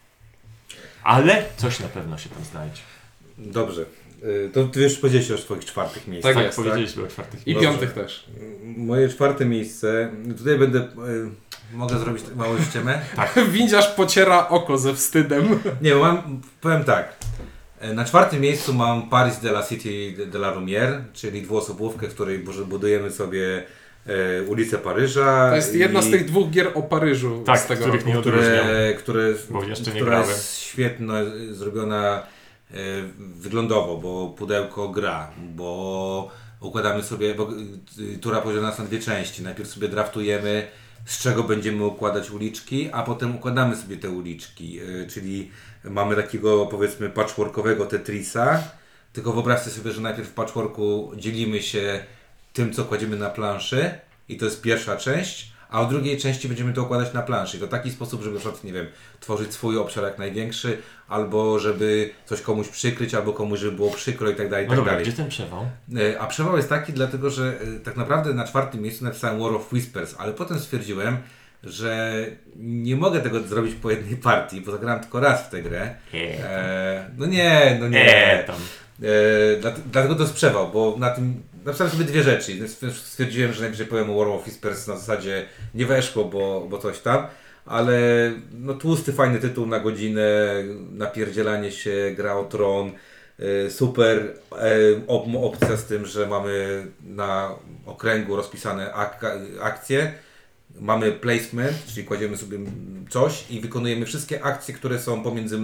Ale coś na pewno się tam znajdzie. Dobrze. To ty już powiedziałeś o swoich 4. miejscach. Tak jest, powiedzieliśmy o 4. I Dobrze. 5 też. Moje 4. miejsce. Tutaj będę... mogę zrobić małą ściemę? Windziarz pociera oko ze wstydem. Nie, powiem tak. Na 4. miejscu mam Paris de la Cité de la Lumière, czyli dwuosobówkę, w której budujemy sobie ulicę Paryża. To jest jedna z tych 2 gier o Paryżu. Tak, z tego których roku. nie odróżniam. Bo jeszcze nie która grałem. jest świetna, zrobiona wyglądowo, bo pudełko gra, bo układamy sobie, bo tura podzielona jest na 2 części. Najpierw sobie draftujemy, z czego będziemy układać uliczki, a potem układamy sobie te uliczki, czyli mamy takiego, powiedzmy, patchworkowego Tetrisa, tylko wyobraźcie sobie, że najpierw w patchworku dzielimy się tym, co kładziemy na planszy i to jest pierwsza część, a w drugiej części będziemy to układać na planszy. I to w taki sposób, żeby na przykład, nie wiem, tworzyć swój obszar jak największy, albo żeby coś komuś przykryć, albo komuś, żeby było przykro i tak dalej, i No tak dobra, dalej. gdzie ten przewał? A przewał jest taki, dlatego że tak naprawdę na 4. miejscu napisałem War of Whispers, ale potem stwierdziłem, że nie mogę tego zrobić po jednej partii, bo zagrałem tylko raz w tę grę. No nie. Tam. Dlatego to jest przewał, bo na tym napisałem sobie 2 rzeczy. Stwierdziłem, że najwyżej powiem o War of Whispers, na zasadzie nie weszło, bo coś tam, ale no tłusty, fajny tytuł na godzinę, napierdzielanie się, gra o tron, super opcja z tym, że mamy na okręgu rozpisane akcje, mamy placement, czyli kładziemy sobie coś i wykonujemy wszystkie akcje, które są pomiędzy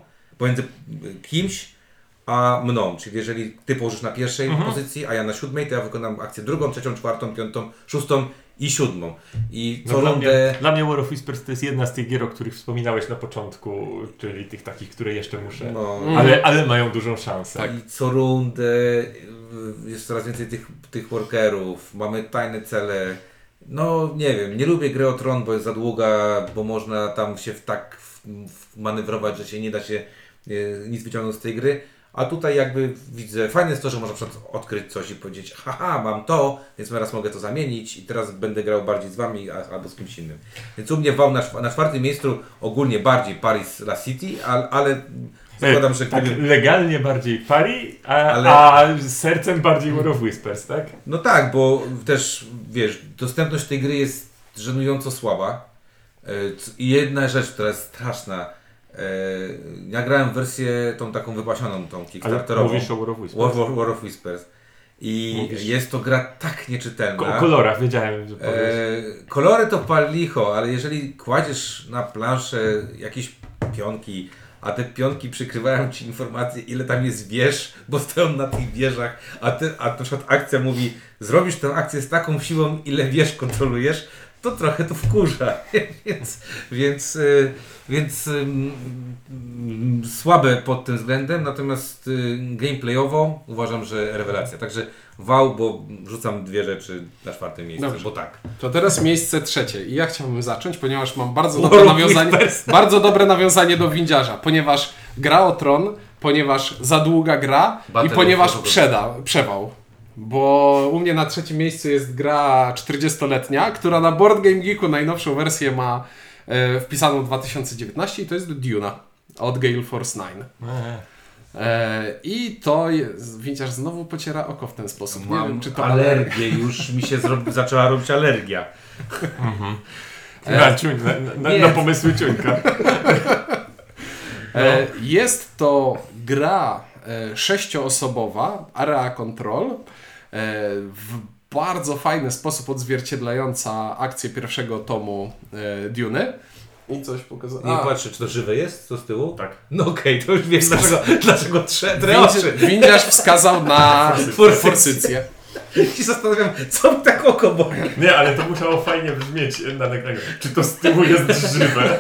kimś a mną. Czyli jeżeli ty położysz na pierwszej pozycji, a ja na 7, to ja wykonam akcję 2, 3, 4, 5, 6 i 7. I co rundę... Dla mnie War of Whispers to jest jedna z tych gier, o których wspominałeś na początku, czyli tych takich, które jeszcze muszę, ale mają dużą szansę. Tak. I co rundę jest coraz więcej tych workerów, mamy tajne cele. No nie wiem, nie lubię gry o tron, bo jest za długa, bo można tam się manewrować, że się nie da się nic wyciągnąć z tej gry. A tutaj jakby widzę, fajne jest to, że można na przykład odkryć coś i powiedzieć, haha, mam to, więc teraz mogę to zamienić i teraz będę grał bardziej z wami albo z kimś innym. Więc u mnie wał na 4. miejscu ogólnie bardziej Paris La City, ale zakładam, że tak, gdyby... legalnie bardziej Paris, a sercem bardziej War of Whispers, tak? No tak, bo też, wiesz, dostępność tej gry jest żenująco słaba. I jedna rzecz, która jest straszna, ja grałem w wersję tą taką wypasioną, tą kickstarterową. Ale mówisz o War of Whispers. War of Whispers. I Mówisz. jest to gra tak nieczytelna. O kolorach wiedziałem, że powiesz. Kolory to pal licho, ale jeżeli kładziesz na planszę jakieś pionki, a te pionki przykrywają ci informacje, ile tam jest wież, bo stoją na tych wieżach, a na przykład akcja mówi, zrobisz tę akcję z taką siłą, ile wież kontrolujesz, to trochę to wkurza. Więc słabe pod tym względem, natomiast gameplayowo uważam, że rewelacja. Także wow, bo rzucam 2 rzeczy na 4. miejsce, Dobrze. bo tak. To teraz miejsce 3. I ja chciałbym zacząć, ponieważ mam bardzo dobre nawiązanie do windziarza, ponieważ gra o tron, ponieważ za długa gra i ponieważ przewał. Bo u mnie na 3. miejscu jest gra 40-letnia, która na Board Game Geeku najnowszą wersję ma wpisaną 2019 i to jest Duna od Gale Force 9. I to jest, widzisz, znowu pociera oko w ten sposób. Mam nie wiem, czy to alergię, już mi się zaczęła robić alergia. Na pomysły Ciuńka. Jest to gra 6-osobowa, Area Control, w bardzo fajny sposób odzwierciedlająca akcję pierwszego tomu Duny. I coś pokazać. Nie patrzę, czy to żywe jest, co z tyłu? Tak. No okej, to już wiem, dlaczego trzeba oczy. Windiarz wskazał na forsycję. I zastanawiam, co mi tak oko boli. Nie, ale to musiało fajnie brzmieć na nagraniu. Czy to z tyłu jest żywe?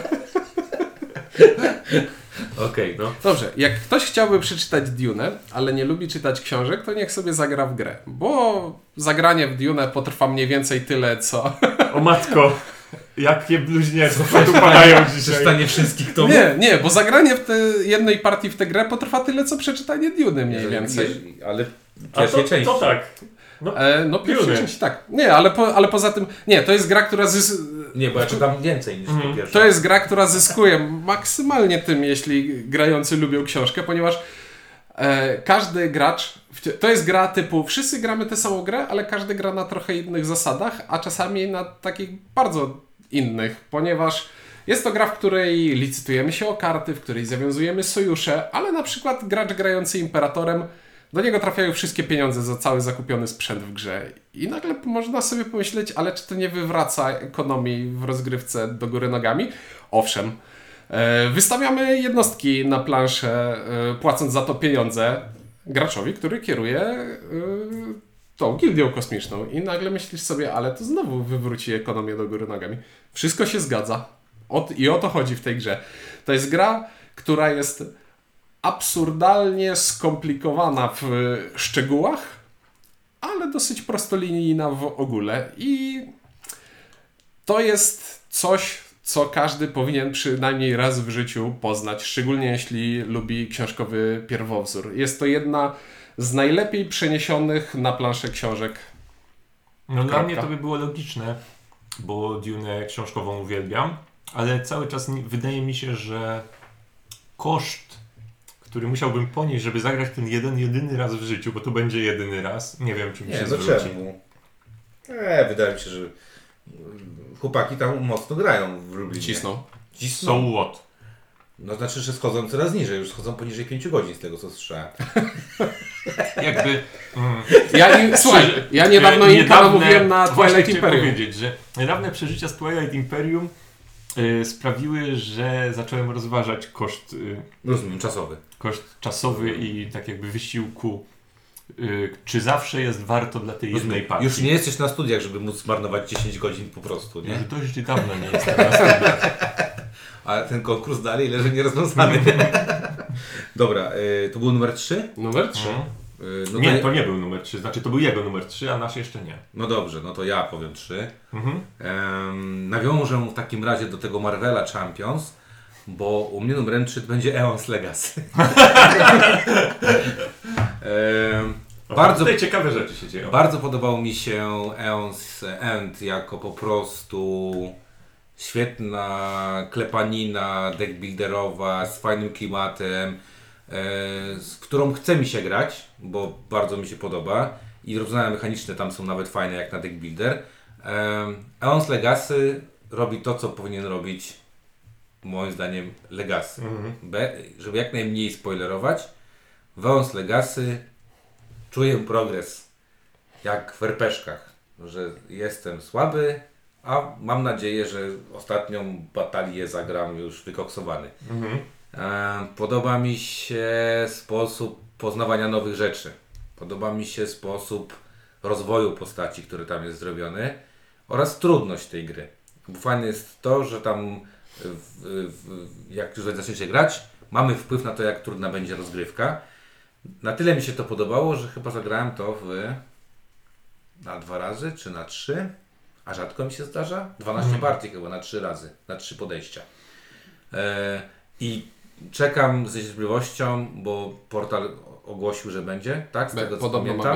Okej, no. Dobrze, jak ktoś chciałby przeczytać Dune, ale nie lubi czytać książek, to niech sobie zagra w grę. Bo zagranie w Dune potrwa mniej więcej tyle, co... O matko, jakie bluźnierstwa tu padają dzisiaj. Przeczytanie wszystkich tomów? Nie, bo zagranie w jednej partii w tę grę potrwa tyle, co przeczytanie Duny mniej więcej. Ale pierwszej części. To tak. No pierwszej części tak. Nie, ale poza tym... Nie, to jest gra, która Nie, bo ja czytam więcej niż po pierwsze. To jest gra, która zyskuje maksymalnie tym, jeśli grający lubią książkę, ponieważ każdy gracz... To jest gra typu, wszyscy gramy tę samą grę, ale każdy gra na trochę innych zasadach, a czasami na takich bardzo innych, ponieważ jest to gra, w której licytujemy się o karty, w której zawiązujemy sojusze, ale na przykład gracz grający Imperatorem, do niego trafiają wszystkie pieniądze za cały zakupiony sprzęt w grze. I nagle można sobie pomyśleć, ale czy to nie wywraca ekonomii w rozgrywce do góry nogami? Owszem. Wystawiamy jednostki na planszę, płacąc za to pieniądze graczowi, który kieruje tą gildią kosmiczną. I nagle myślisz sobie, ale to znowu wywróci ekonomię do góry nogami. Wszystko się zgadza. I o to chodzi w tej grze. To jest gra, która jest absurdalnie skomplikowana w szczegółach, ale dosyć prostolinijna w ogóle. I To jest coś, co każdy powinien przynajmniej raz w życiu poznać, szczególnie jeśli lubi książkowy pierwowzór. Jest to jedna z najlepiej przeniesionych na planszę książek. No dla mnie to by było logiczne, bo Dune książkową uwielbiam, ale cały czas wydaje mi się, że koszt, który musiałbym ponieść, żeby zagrać ten jedyny raz w życiu, bo to będzie jedyny raz, nie wiem, czy mi się zwróci. Czemu? Wydaje mi się, że chłopaki tam mocno grają w Lublinie. Cisną. So what? No znaczy, że schodzą coraz niżej, już schodzą poniżej 5 godzin z tego, co słyszałem. Jakby... Słuchaj, ja niedawno mówiłem na Twilight Imperium. Powiedzieć, że niedawne przeżycia z Twilight Imperium sprawiły, że zacząłem rozważać koszt... Rozumiem, czasowy. Koszt czasowy i tak jakby wysiłku. Czy zawsze jest warto dla tej jednej partii? Już nie jesteś na studiach, żeby móc zmarnować 10 godzin po prostu, nie? Już dość dawno nie jestem na studiach. A ten konkurs dalej leży nierozwiązany. Dobra, to był numer 3? Numer 3. No nie, to nie był numer 3. Znaczy to był jego numer 3, a nasz jeszcze nie. No dobrze, no to ja powiem 3. Nawiążę w takim razie do tego Marvela Champions, bo u mnie numerem 3 będzie Eon's Legacy. Tutaj ciekawe rzeczy się dzieją. Bardzo podobał mi się Eon's End jako po prostu świetna klepanina deckbuilderowa z fajnym klimatem, z którą chce mi się grać, bo bardzo mi się podoba i rozwiązania mechaniczne tam są nawet fajne jak na deckbuilder. Eon's Legacy robi to, co powinien robić moim zdaniem Legacy. Żeby jak najmniej spoilerować, w Eon's Legacy czuję progres, jak w RPG-szkach, że jestem słaby, a mam nadzieję, że ostatnią batalię zagram już wykoksowany. Podoba mi się sposób poznawania nowych rzeczy. Podoba mi się sposób rozwoju postaci, który tam jest zrobiony oraz trudność tej gry. Bo fajne jest to, że tam jak już zaczniecie grać, mamy wpływ na to, jak trudna będzie rozgrywka. Na tyle mi się to podobało, że chyba zagrałem to na 2 razy czy na 3, a rzadko mi się zdarza. 12 partii chyba na 3 razy, na 3 podejścia. I czekam z niecierpliwością, bo portal ogłosił, że będzie, tak? Z tego co pamiętam.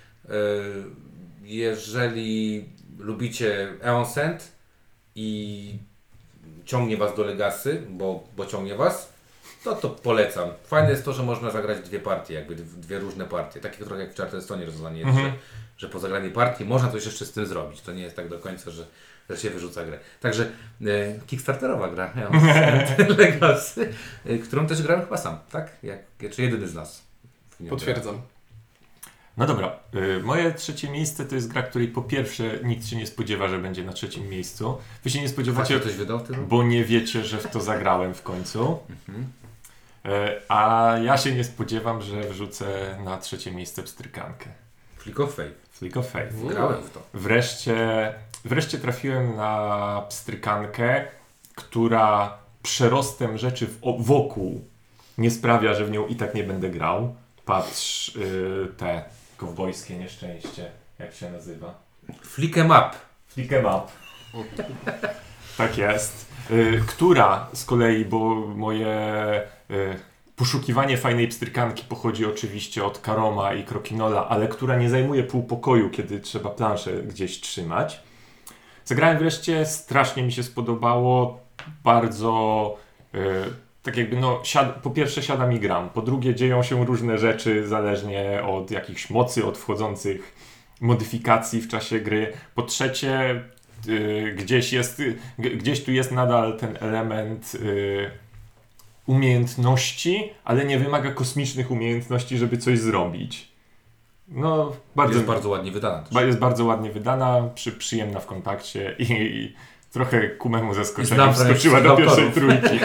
Jeżeli lubicie Eon's End i ciągnie Was do Legacy, bo ciągnie Was, to polecam. Fajne jest to, że można zagrać 2 partie, jakby 2 różne partie. Takie trochę jak w Charterstonie rozwiązanie jest, że po zagraniu partii można coś jeszcze z tym zrobić. To nie jest tak do końca, że się wyrzuca grę. Także kickstarterowa gra Legacy, którą też grałem chyba sam, tak? Czy jedyny z nas. Potwierdzam. No dobra, moje 3. miejsce to jest gra, której po pierwsze nikt się nie spodziewa, że będzie na 3. miejscu. Wy się nie spodziewacie, ktoś wydał w tym? Bo nie wiecie, że w to zagrałem w końcu. A ja się nie spodziewam, że wrzucę na 3. miejsce pstrykankę. Flick of Faith. Flick of Faith. Grałem w to. Wreszcie trafiłem na pstrykankę, która przerostem rzeczy wokół nie sprawia, że w nią i tak nie będę grał. Patrz, te kowbojskie nieszczęście, jak się nazywa? Flick 'em up. Flick 'em up. Tak jest. Która z kolei, bo moje poszukiwanie fajnej pstrykanki pochodzi oczywiście od Karoma i Krokinola, ale która nie zajmuje pół pokoju, kiedy trzeba planszę gdzieś trzymać. Zagrałem wreszcie, strasznie mi się spodobało, bardzo tak jakby po pierwsze siadam i gram, po drugie dzieją się różne rzeczy zależnie od jakichś mocy, od wchodzących modyfikacji w czasie gry, po trzecie gdzieś tu jest nadal ten element umiejętności, ale nie wymaga kosmicznych umiejętności, żeby coś zrobić. Jest bardzo ładnie wydana. Jest bardzo ładnie wydana, przyjemna w kontakcie i trochę ku memu zaskoczeniu wskoczyła do pierwszej trójki.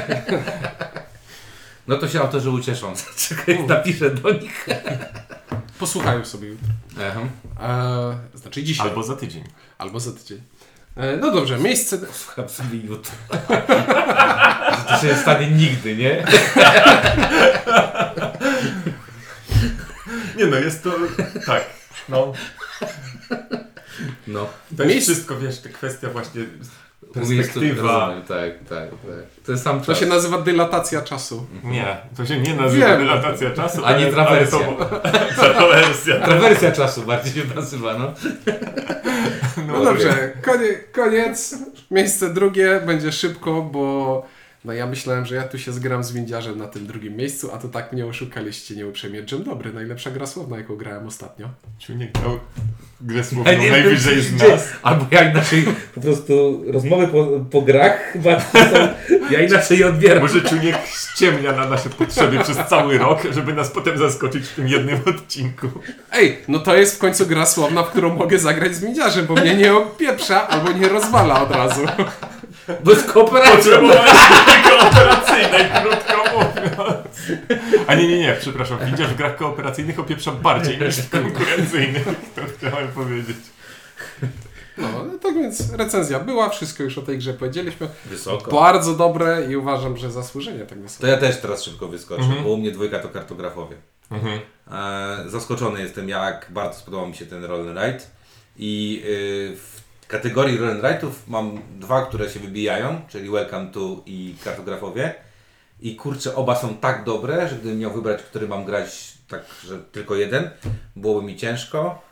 No to się autorzy ucieszą. Czekaj, napiszę do nich. Posłuchają sobie jutro. Znaczy dzisiaj. Albo za tydzień. No dobrze, miejsce... Słucham sobie jutro. To się nie stanie nigdy, nie? Nie jest to... Tak. No. To jest wszystko, wiesz, to kwestia właśnie perspektywa. Rozumiem, tak. To jest sam To czas. się nazywa dylatacja czasu. Nie, to się nie nazywa Wiem. dylatacja czasu, Ani trawersja. Trawersja. Trawersja czasu bardziej się nazywa, no. No dobrze, koniec. Miejsce drugie będzie szybko, bo no ja myślałem, że ja tu się zgram z windziarzem na tym drugim miejscu, a to tak mnie oszukaliście nieuprzejmie. Dżem dobry, najlepsza gra słowna, jaką grałem ostatnio. Czujnik dał grę słowną najwyżej z nas. Albo ja inaczej po prostu rozmowy po grach chyba są, ja inaczej je odbieram. Może Czujnik ściemnia na nasze potrzeby przez cały rok, żeby nas potem zaskoczyć w tym jednym odcinku. Ej, no to jest w końcu gra słowna, w którą mogę zagrać z windziarzem, bo mnie nie opieprza albo nie rozwala od razu. Bo jest kooperacja. Potrzebowałeś gry kooperacyjnej, krótko mówiąc. A nie, przepraszam. Widzisz, w grach kooperacyjnych opieprza bardziej niż w konkurencyjnych. To chciałem powiedzieć. No, tak więc recenzja była, wszystko już o tej grze powiedzieliśmy. Wysoko. Bardzo dobre i uważam, że zasłużenie tak wysoko. To ja też teraz szybko wyskoczę, bo u mnie 2 to kartografowie. Zaskoczony jestem, jak bardzo spodobał mi się ten Roll and Ride. I w kategorii Roll and Ride'ów mam 2, które się wybijają, czyli Welcome to i kartografowie. I kurczę, oba są tak dobre, że gdybym miał wybrać, który mam grać, tak, że tylko jeden, byłoby mi ciężko.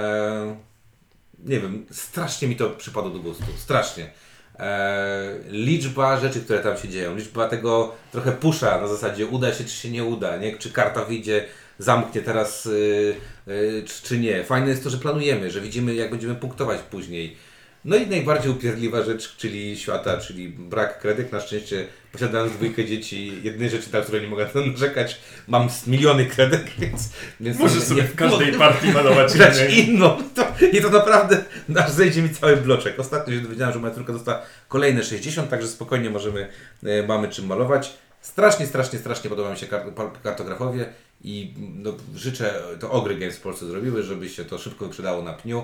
Nie wiem, strasznie mi to przypadło do gustu, strasznie. Liczba rzeczy, które tam się dzieją, liczba tego trochę pusza na zasadzie uda się, czy się nie uda, nie? Czy karta wyjdzie, zamknie teraz, czy nie. Fajne jest to, że planujemy, że widzimy, jak będziemy punktować później. No i najbardziej upierdliwa rzecz, czyli świata, czyli brak kredek. Na szczęście posiadając 2 dzieci, jedynej rzeczy, na które nie mogę narzekać, mam miliony kredek, więc Możesz sobie w każdej partii malować inną. I to naprawdę aż zejdzie mi cały bloczek. Ostatnio się dowiedziałem, że moja córka dostała kolejne 60, także spokojnie mamy czym malować. Strasznie podoba mi się kartografowie i no, życzę, to Ogry Games w Polsce zrobiły, żeby się to szybko wyprzedało na pniu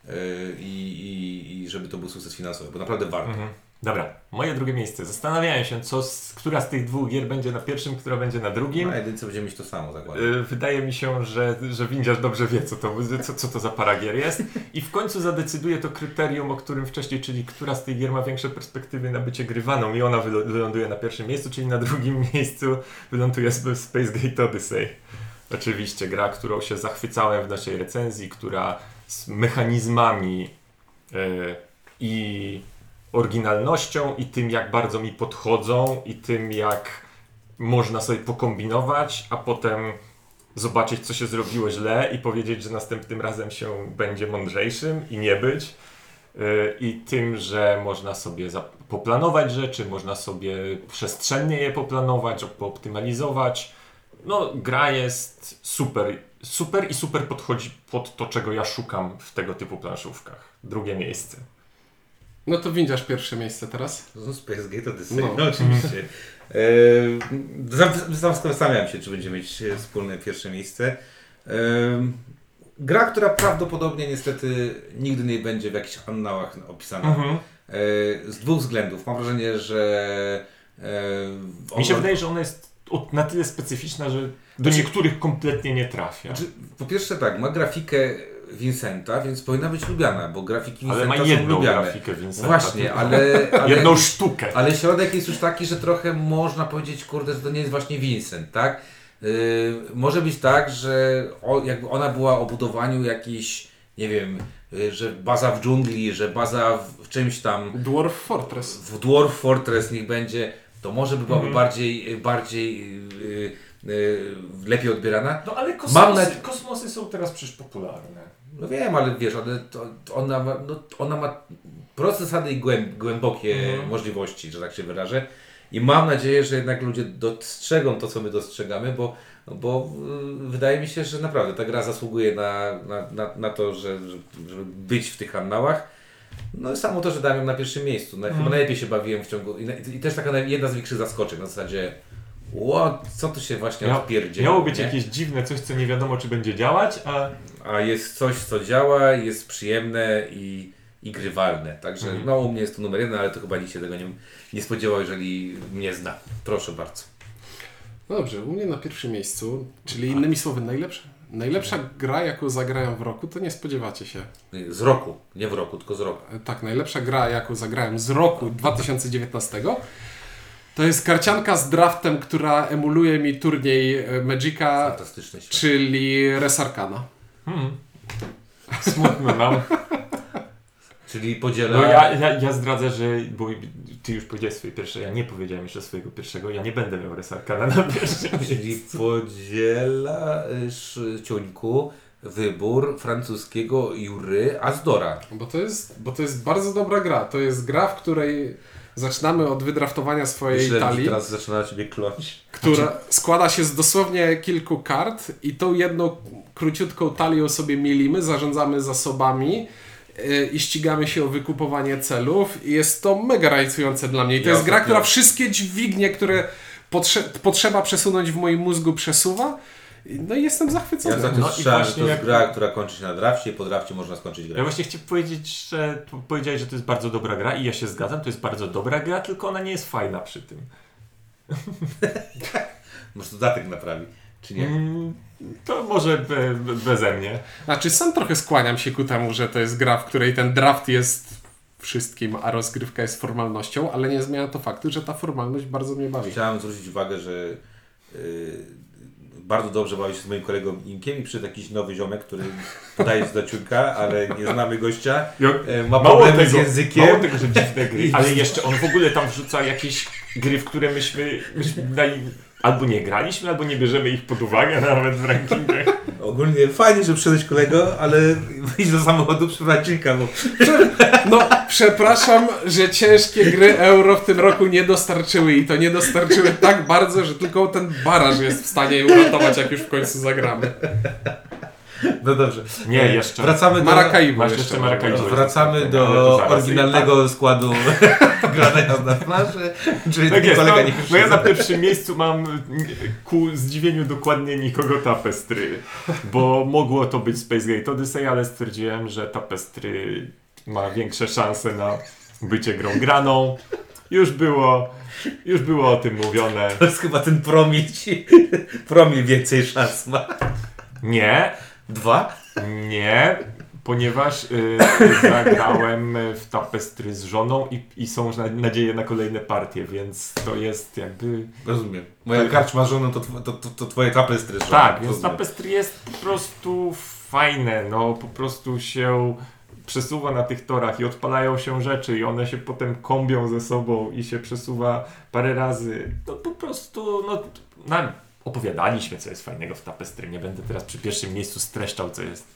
i żeby to był sukces finansowy, bo naprawdę warto. Dobra, moje drugie miejsce. Zastanawiałem się, która z tych 2 gier będzie na pierwszym, która będzie na drugim. Na jedynce będziemy mieć to samo, zakładam. Wydaje mi się, że windziarz dobrze wie, co to za para gier jest. I w końcu zadecyduje to kryterium, o którym wcześniej, czyli która z tych gier ma większe perspektywy na bycie grywaną i ona wyląduje na pierwszym miejscu, czyli na drugim miejscu wyląduje Space Gate Odyssey. Oczywiście gra, którą się zachwycałem w naszej recenzji, która z mechanizmami i oryginalnością i tym, jak bardzo mi podchodzą i tym, jak można sobie pokombinować, a potem zobaczyć, co się zrobiło źle i powiedzieć, że następnym razem się będzie mądrzejszym i nie być. I tym, że można sobie poplanować rzeczy, można sobie przestrzennie je poplanować, pooptymalizować. No, gra jest super i super podchodzi pod to, czego ja szukam w tego typu planszówkach. Drugie miejsce. No to windziarz pierwsze miejsce teraz. No, Space Gate Odyssey, no oczywiście. Zastanawiałem się, czy będziemy mieć wspólne pierwsze miejsce. Gra, która prawdopodobnie niestety nigdy nie będzie w jakichś annałach opisana. Z 2 względów. Mam wrażenie, że... Mi się wydaje, że ona jest na tyle specyficzna, że do niektórych kompletnie nie trafia. Znaczy, po pierwsze tak, ma grafikę Vincenta, więc powinna być lubiana, bo grafiki Vincenta ale ma są jedną lubiane. grafikę Vincenta. Właśnie, ale jedną sztukę. Ale środek jest już taki, że trochę można powiedzieć, kurde, że to nie jest właśnie Vincent, tak? Może być tak, że jakby ona była o budowaniu jakiejś, nie wiem, że baza w dżungli, że baza w czymś tam... Dwarf Fortress. W Dwarf Fortress niech będzie, to może by byłaby bardziej lepiej odbierana. No ale kosmosy są teraz przecież popularne. No wiem, ale wiesz, ona ma proste zasady i głębokie możliwości, że tak się wyrażę. I mam nadzieję, że jednak ludzie dostrzegą to, co my dostrzegamy, bo wydaje mi się, że naprawdę ta gra zasługuje na to, żeby być w tych annałach. No i samo to, że dałem ją na pierwszym miejscu. Chyba najlepiej się bawiłem w ciągu... I też taka jedna z większych zaskoczeń na zasadzie co tu się właśnie odpierdzieli. Miało być jakieś dziwne coś, co nie wiadomo, czy będzie działać, a jest coś, co działa, jest przyjemne i grywalne. Także no u mnie jest to numer 1, ale to chyba nikt się tego nie spodziewał, jeżeli mnie zna. Proszę bardzo. No dobrze, u mnie na pierwszym miejscu, czyli innymi słowy Najlepsza gra, jaką zagrałem w roku, to nie spodziewacie się. Z roku, nie w roku, tylko z roku. Tak, najlepsza gra, jaką zagrałem z roku 2019, to jest karcianka z draftem, która emuluje mi turniej Magica, Fantastyczne świat. czyli Res Arcana. Smutno nam. Czyli podziela... No ja zdradzę, że bo ty już powiedziałeś swoje pierwsze, ja nie powiedziałem jeszcze swojego pierwszego, ja nie będę miał Res Arcana na pierwszym. Czyli podziela Ciuńku wybór francuskiego Jury Azdora. Bo to jest bardzo dobra gra. To jest gra, w której zaczynamy od wydraftowania swojej Myślę, że talii, teraz zaczyna na ciebie kląć. która składa się z dosłownie kilku kart i tą jedną króciutką talią sobie mielimy, zarządzamy zasobami i ścigamy się o wykupowanie celów i jest to mega rajcujące dla mnie. I to jest gra, która wszystkie dźwignie, które potrzeba przesunąć w moim mózgu, przesuwa. No i jestem zachwycony. Ja za No tym i słyszałem, że właśnie to jest jak- gra, która kończy się na drafcie i po drafcie można skończyć grę. Ja właśnie chciałem powiedzieć, że powiedziałeś, że to jest bardzo dobra gra i ja się zgadzam, to jest bardzo dobra gra, tylko ona nie jest fajna przy tym. Może dodatek naprawi, czy nie? To może beze mnie. Znaczy sam trochę skłaniam się ku temu, że to jest gra, w której ten draft jest wszystkim, a rozgrywka jest formalnością, ale nie zmienia to faktu, że ta formalność bardzo mnie bawi. Chciałem zwrócić uwagę, że bardzo dobrze bawi się z moim kolegą Inkiem i przyszedł jakiś nowy ziomek, który podaje się do Ciuńka, ale nie znamy gościa. Ma problemy z językiem. Mało tego, że dziwne gry, ale jeszcze on w ogóle tam wrzuca jakieś gry, w które myśmy albo nie graliśmy, albo nie bierzemy ich pod uwagę nawet w rankingach. Ogólnie fajnie, że przyszedłeś kolego, ale wyjdź do samochodu, przybrać Ciuńka, bo No, przepraszam, że ciężkie gry euro w tym roku nie dostarczyły i to nie dostarczyły tak bardzo, że tylko ten baraż jest w stanie je uratować, jak już w końcu zagramy. no dobrze. Nie, jeszcze. Wracamy do... Maracaibo Masz jeszcze Maracaibo. Wracamy Ale do to zaraz. oryginalnego składu grania na plaży, czyli Tak taki jest, kolega no, nie no ja na pierwszym miejscu mam ku zdziwieniu dokładnie nikogo Tapestry, bo mogło to być Space Gate Odyssey, ale stwierdziłem, że Tapestry ma większe szanse na bycie grą graną. Już było o tym mówione. To jest chyba ten promil więcej szans ma. Nie, 2? nie, ponieważ zagrałem w Tapestry z żoną i są nadzieje na kolejne partie, więc to jest jakby... Rozumiem. Moja karczma z żoną to twoje tapestry z żoną. Tak, więc Rozumiem. Tapestry jest po prostu fajne, no po prostu się przesuwa na tych torach i odpalają się rzeczy i one się potem kombią ze sobą i się przesuwa parę razy. To po prostu, opowiadaliśmy, co jest fajnego w Tapestry. Nie będę teraz przy pierwszym miejscu streszczał, co jest,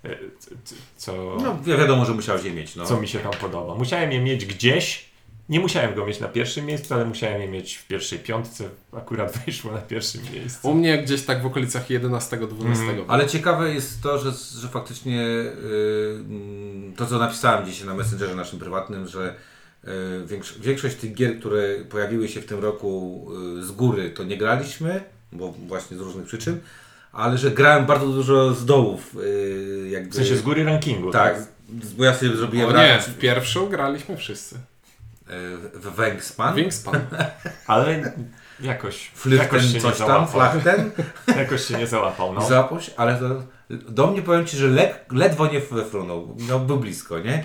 No wiadomo, że musiałeś je mieć. No. co mi się tam podoba. Musiałem je mieć gdzieś. Nie musiałem go mieć na pierwszym miejscu, ale musiałem je mieć w pierwszej piątce. Akurat wyszło na pierwszym miejscu. U mnie gdzieś tak w okolicach 11-12. Ale ciekawe jest to, że faktycznie to, co napisałem dzisiaj na Messengerze naszym prywatnym, że większość tych gier, które pojawiły się w tym roku z góry, to nie graliśmy, bo właśnie z różnych przyczyn, ale że grałem bardzo dużo z dołów. Jakby, W sensie z góry rankingu. Tak, bo ja sobie zrobiłem O nie, w pierwszą graliśmy wszyscy. w Wingspan, Wingspan. Ale jakoś Flirten się nie coś tam, załapał. Flachten. Jakoś się nie załapał, no. Zapoś, ale to, do mnie powiem Ci, że ledwo nie wefrunął. No, był blisko, nie?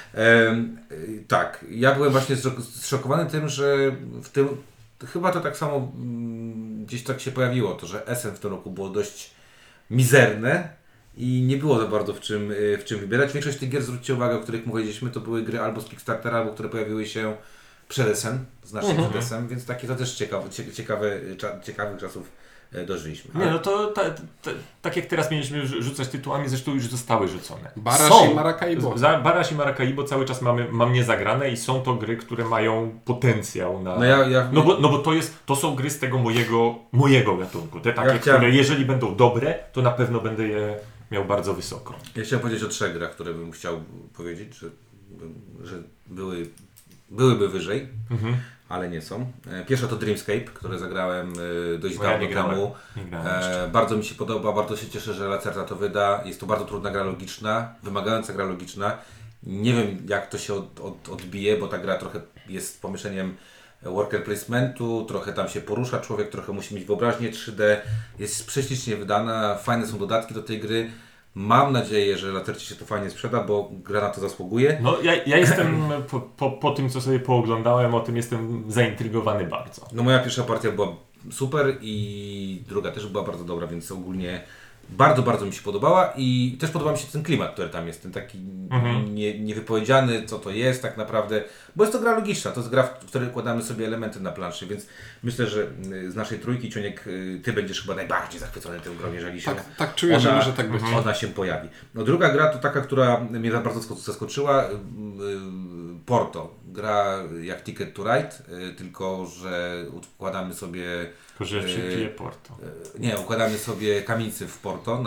Tak, ja byłem właśnie zszokowany tym, że w tym, chyba to tak samo gdzieś tak się pojawiło, to że SN w tym roku było dość mizerne i nie było za bardzo w czym wybierać. Większość tych gier, zwróćcie uwagę, o których mówiliśmy, to były gry albo z Kickstartera, albo które pojawiły się przed SN, znacznie przed SN, więc takie to też ciekawych czasów dożyliśmy. Nie, no to tak jak teraz mieliśmy rzucać tytułami, zresztą już zostały rzucone. Baraż i Maracaibo. Baraż i Maracaibo cały czas mam niezagrane i są to gry, które mają potencjał na... No bo to są gry z tego mojego gatunku. Te takie, które jeżeli będą dobre, to na pewno będę je miał bardzo wysoko. Ja chciałem powiedzieć o 3 grach, które bym chciał powiedzieć, że byłyby wyżej, ale nie są. Pierwsza to Dreamscape, które zagrałem dość dawno temu. Bardzo mi się podoba, bardzo się cieszę, że Lacerta to wyda. Jest to bardzo trudna gra logiczna, wymagająca gra logiczna. Nie wiem, jak to się odbije, bo ta gra trochę jest pomieszeniem worker placementu, trochę tam się porusza człowiek, trochę musi mieć wyobraźnię 3D, jest prześlicznie wydana, fajne są dodatki do tej gry. Mam nadzieję, że Lacerci się to fajnie sprzeda, bo gra na to zasługuje. No ja jestem, po tym co sobie pooglądałem o tym, jestem zaintrygowany bardzo. No moja pierwsza partia była super i druga też była bardzo dobra, więc ogólnie bardzo, bardzo mi się podobała i też podoba mi się ten klimat, który tam jest, ten taki niewypowiedziany, co to jest tak naprawdę, bo jest to gra logiczna, to jest gra, w której układamy sobie elementy na planszy, więc myślę, że z naszej trójki, Ciuniek, ty będziesz chyba najbardziej zachwycony tą grą, jeżeli się Tak czuję, że może tak być. ona się pojawi. No druga gra to taka, która mnie bardzo zaskoczyła, Porto. Gra jak Ticket to Ride, tylko że układamy sobie... Tylko, że się pije Porto. Nie, układamy sobie kamienicę w Porto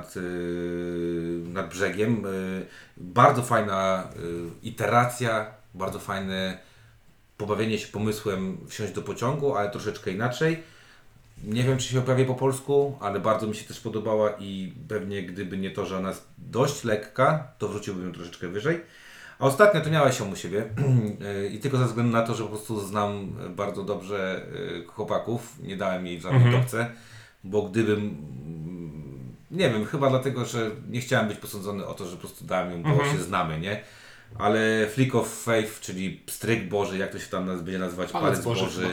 nad brzegiem. Bardzo fajna iteracja, bardzo fajne pobawienie się pomysłem wsiąść do pociągu, ale troszeczkę inaczej. Nie wiem, czy się poprawi po polsku, ale bardzo mi się też podobała i pewnie gdyby nie to, że ona jest dość lekka, to wróciłbym ją troszeczkę wyżej. A ostatnio to miałeś ją u siebie i tylko ze względu na to, że po prostu znam bardzo dobrze chłopaków, nie dałem jej w żadnej topce, bo gdybym, nie wiem, chyba dlatego, że nie chciałem być posądzony o to, że po prostu dałem ją, bo się znamy, nie? Ale Flick of Faith, czyli Pstryk Boży, jak to się tam będzie nazywać, Palec Boży,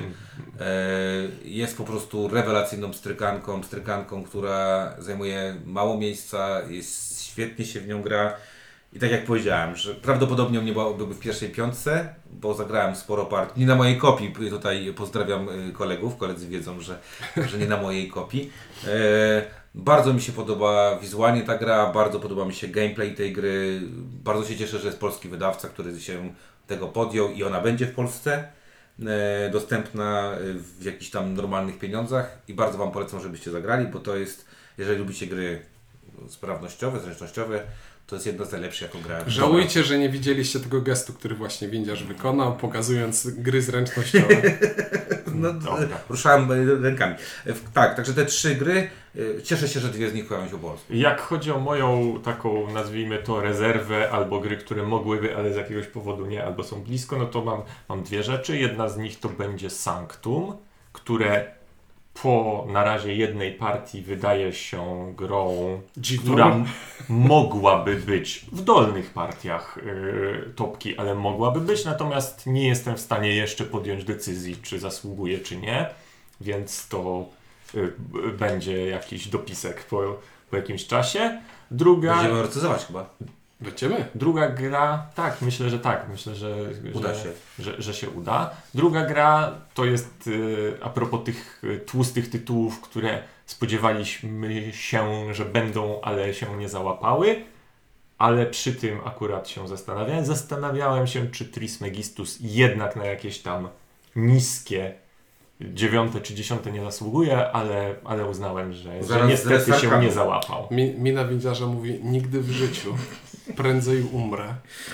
jest po prostu rewelacyjną pstrykanką, która zajmuje mało miejsca, jest świetnie się w nią gra. I tak jak powiedziałem, że prawdopodobnie nie byłby w pierwszej piątce, bo zagrałem sporo partii. Nie na mojej kopii, tutaj pozdrawiam kolegów, koledzy wiedzą, że nie na mojej kopii. Bardzo mi się podoba wizualnie ta gra, bardzo podoba mi się gameplay tej gry. Bardzo się cieszę, że jest polski wydawca, który się tego podjął i ona będzie w Polsce dostępna w jakichś tam normalnych pieniądzach i bardzo Wam polecam, żebyście zagrali, bo to jest, jeżeli lubicie gry sprawnościowe, zręcznościowe, to jest jedna z najlepszych, jaką grałem. Żałujcie, że nie widzieliście tego gestu, który właśnie Windziarz wykonał, pokazując gry zręcznościowe. No, ruszałem rękami. Tak, także te 3 gry, cieszę się, że 2 z nich pojawią się po polsku. Jak chodzi o moją taką, nazwijmy to, rezerwę albo gry, które mogłyby, ale z jakiegoś powodu nie, albo są blisko, no to mam 2 rzeczy. Jedna z nich to będzie Sanctum, które po na razie jednej partii wydaje się grą, która mogłaby być w dolnych partiach topki, ale mogłaby być, natomiast nie jestem w stanie jeszcze podjąć decyzji, czy zasługuje, czy nie, więc to będzie jakiś dopisek po jakimś czasie. Będziemy recenzować chyba. Będziemy? Druga gra, tak, myślę, że tak. Myślę, uda się. Że się uda. Druga gra to jest a propos tych tłustych tytułów, które spodziewaliśmy się, że będą, ale się nie załapały. Ale przy tym akurat się zastanawiałem. Zastanawiałem się, czy Trismegistus jednak na jakieś tam niskie 9. czy 10. nie zasługuje, ale uznałem, że niestety się nie załapał. Mina Windziarza mówi, nigdy w życiu. Prędzej umrę.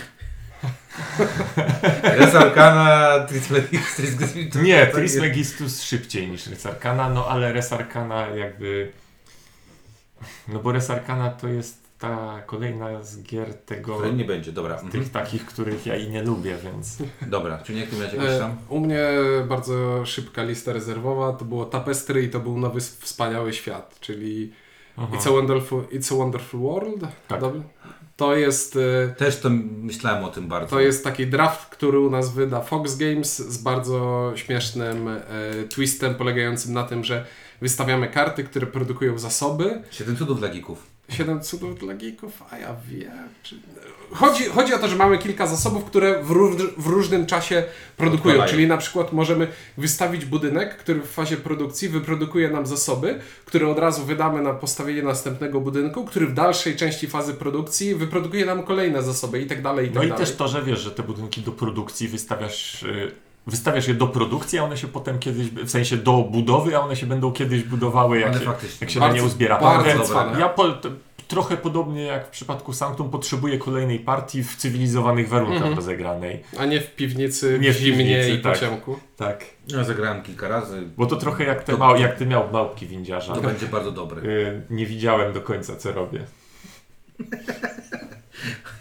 Res Arcana, Trismegistus. Nie, Trismegistus szybciej niż Res Arcana, no ale Res Arcana jakby... No bo Res Arcana to jest ta kolejna z gier tego... Której nie będzie, dobra. Tych takich, których ja i nie lubię, więc... Dobra, czy nie, ty miałeś jakieś tam? U mnie bardzo szybka lista rezerwowa, to było Tapestry i to był Nowy Wspaniały Świat, czyli It's a Wonderful World. Tak. To jest... Też to myślałem o tym bardzo. To jest taki draft, który u nas wyda Fox Games z bardzo śmiesznym twistem polegającym na tym, że wystawiamy karty, które produkują zasoby. 7 cudów dla geeków. 7 cudów dla geeków, a ja wiem. Chodzi o to, że mamy kilka zasobów, które w różnym czasie produkują. Odpalają. Czyli na przykład możemy wystawić budynek, który w fazie produkcji wyprodukuje nam zasoby, które od razu wydamy na postawienie następnego budynku, który w dalszej części fazy produkcji wyprodukuje nam kolejne zasoby i tak dalej, i tak dalej. dalej. I też to, że wiesz, że te budynki do produkcji wystawiasz je do produkcji, a one się potem kiedyś, w sensie do budowy, a one się będą kiedyś budowały, jak się na nie uzbiera. Trochę podobnie jak w przypadku Sanctum potrzebuję kolejnej partii w cywilizowanych warunkach rozegranej. A nie w piwnicy, w zimnie i po ciemku. Tak. Ja zagrałem kilka razy. Bo to trochę jak ty miał małpki windziarza. To będzie bardzo dobre. Nie widziałem do końca, co robię.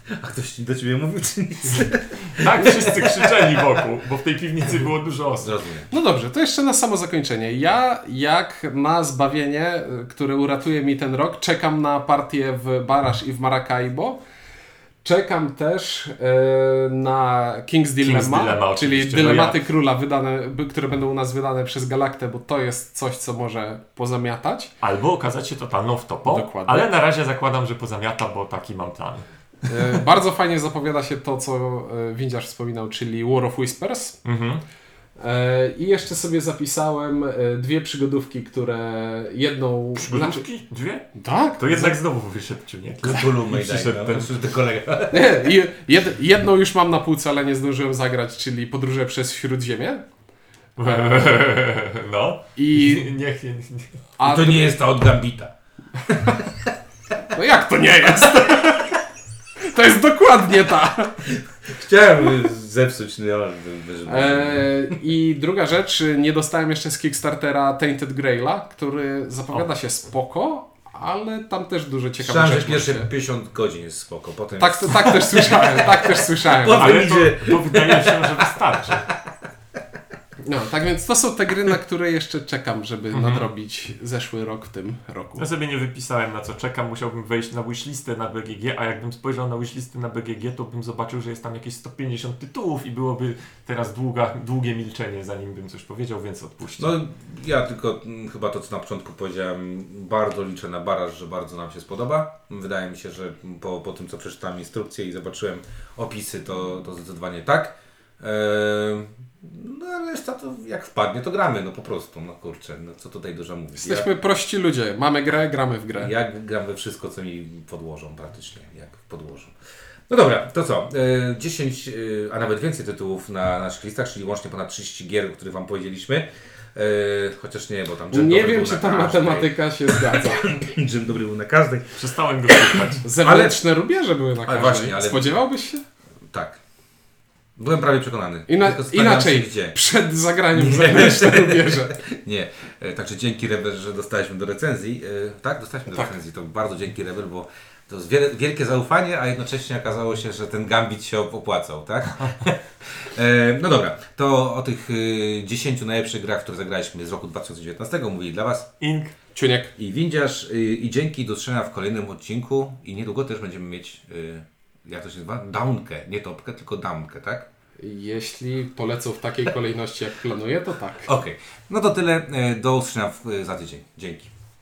A ktoś do ciebie mówił, czy nic? Tak, wszyscy krzyczeli wokół, bo w tej piwnicy było dużo osób. Zrozumiem. No dobrze, to jeszcze na samo zakończenie. Ja, jak na zbawienie, które uratuje mi ten rok, czekam na partię w Barasz i w Maracaibo. Czekam też na King's Dilemma, czyli oczywiście, Dylematy Króla, które będą u nas wydane przez Galaktę, bo to jest coś, co może pozamiatać. Albo okazać się totalną wtopą, Dokładnie. ale na razie zakładam, że pozamiata, bo taki mam plan. Bardzo fajnie zapowiada się to, co Windziarz wspominał, czyli War of Whispers. I jeszcze sobie zapisałem dwie przygodówki, które jedną... Przygodówki? Dwie? Tak. To jednak znowu wyszedł ciuniek. Cthulhu Mayday, Przyszedł ten- to kolega. Nie, jedną już mam na półce, ale nie zdążyłem zagrać, czyli Podróże przez Śródziemie. No. I... Niech. A To nie jest ta od Gambita. No jak to nie jest? To jest dokładnie ta. Chciałem zepsuć, no ale... I druga rzecz, nie dostałem jeszcze z Kickstartera Tainted Graila, który zapowiada się spoko, ale tam też dużo ciekawych Słyszałem, że rzeczy. pierwsze macie. 50 godzin jest spoko, potem... Tak też słyszałem, tak też słyszałem. Po- Ale idzie. to wydaje się, że wystarczy. No, tak więc to są te gry, na które jeszcze czekam, żeby nadrobić zeszły rok w tym roku. Ja sobie nie wypisałem, na co czekam. Musiałbym wejść na wishlistę na BGG, a jakbym spojrzał na wishlistę na BGG, to bym zobaczył, że jest tam jakieś 150 tytułów i byłoby teraz długie milczenie, zanim bym coś powiedział, więc odpuśćcie. No ja tylko chyba to, co na początku powiedziałem, bardzo liczę na Baraż, że bardzo nam się spodoba. Wydaje mi się, że po tym, co przeczytałem instrukcję i zobaczyłem opisy, to zdecydowanie tak. No ale reszta to jak wpadnie, to gramy, no po prostu, no kurczę, no co tutaj dużo mówić. Jesteśmy prości ludzie, mamy grę, gramy w grę. Ja gram we wszystko, co mi podłożą praktycznie, jak podłożą. No dobra, to co? 10, a nawet więcej tytułów na naszych listach, czyli łącznie ponad 30 gier, o których Wam powiedzieliśmy. Chociaż nie, bo tam Jim Nie dobry wiem, był czy na ta każdej. matematyka się zgadza. Jim dobry był na każdej. Przestałem go słuchać. Zewnętrzne rubieże były na Ale każdej. właśnie, ale- Spodziewałbyś się? Tak. Byłem prawie przekonany. Tylko zastanawiam Inaczej, się, gdzie. przed zagraniem zewnętrzne rubieże. Nie. Także dzięki Rebel, że dostaliśmy do recenzji. Tak, dostaliśmy do Tak. recenzji. To bardzo dzięki Rebel, bo to jest wielkie zaufanie, a jednocześnie okazało się, że ten gambit się opłacał, tak? No dobra, to o tych 10 najlepszych grach, które zagraliśmy z roku 2019 mówili dla Was Ink. Ciuniek. i Windziarz i dzięki, do usłyszenia w kolejnym odcinku i niedługo też będziemy mieć, jak to się nazywa? Downkę, nie topkę, tylko downkę, tak? Jeśli polecą w takiej kolejności, jak planuję, to tak. Okej, no to tyle, do usłyszenia za tydzień. Dzięki.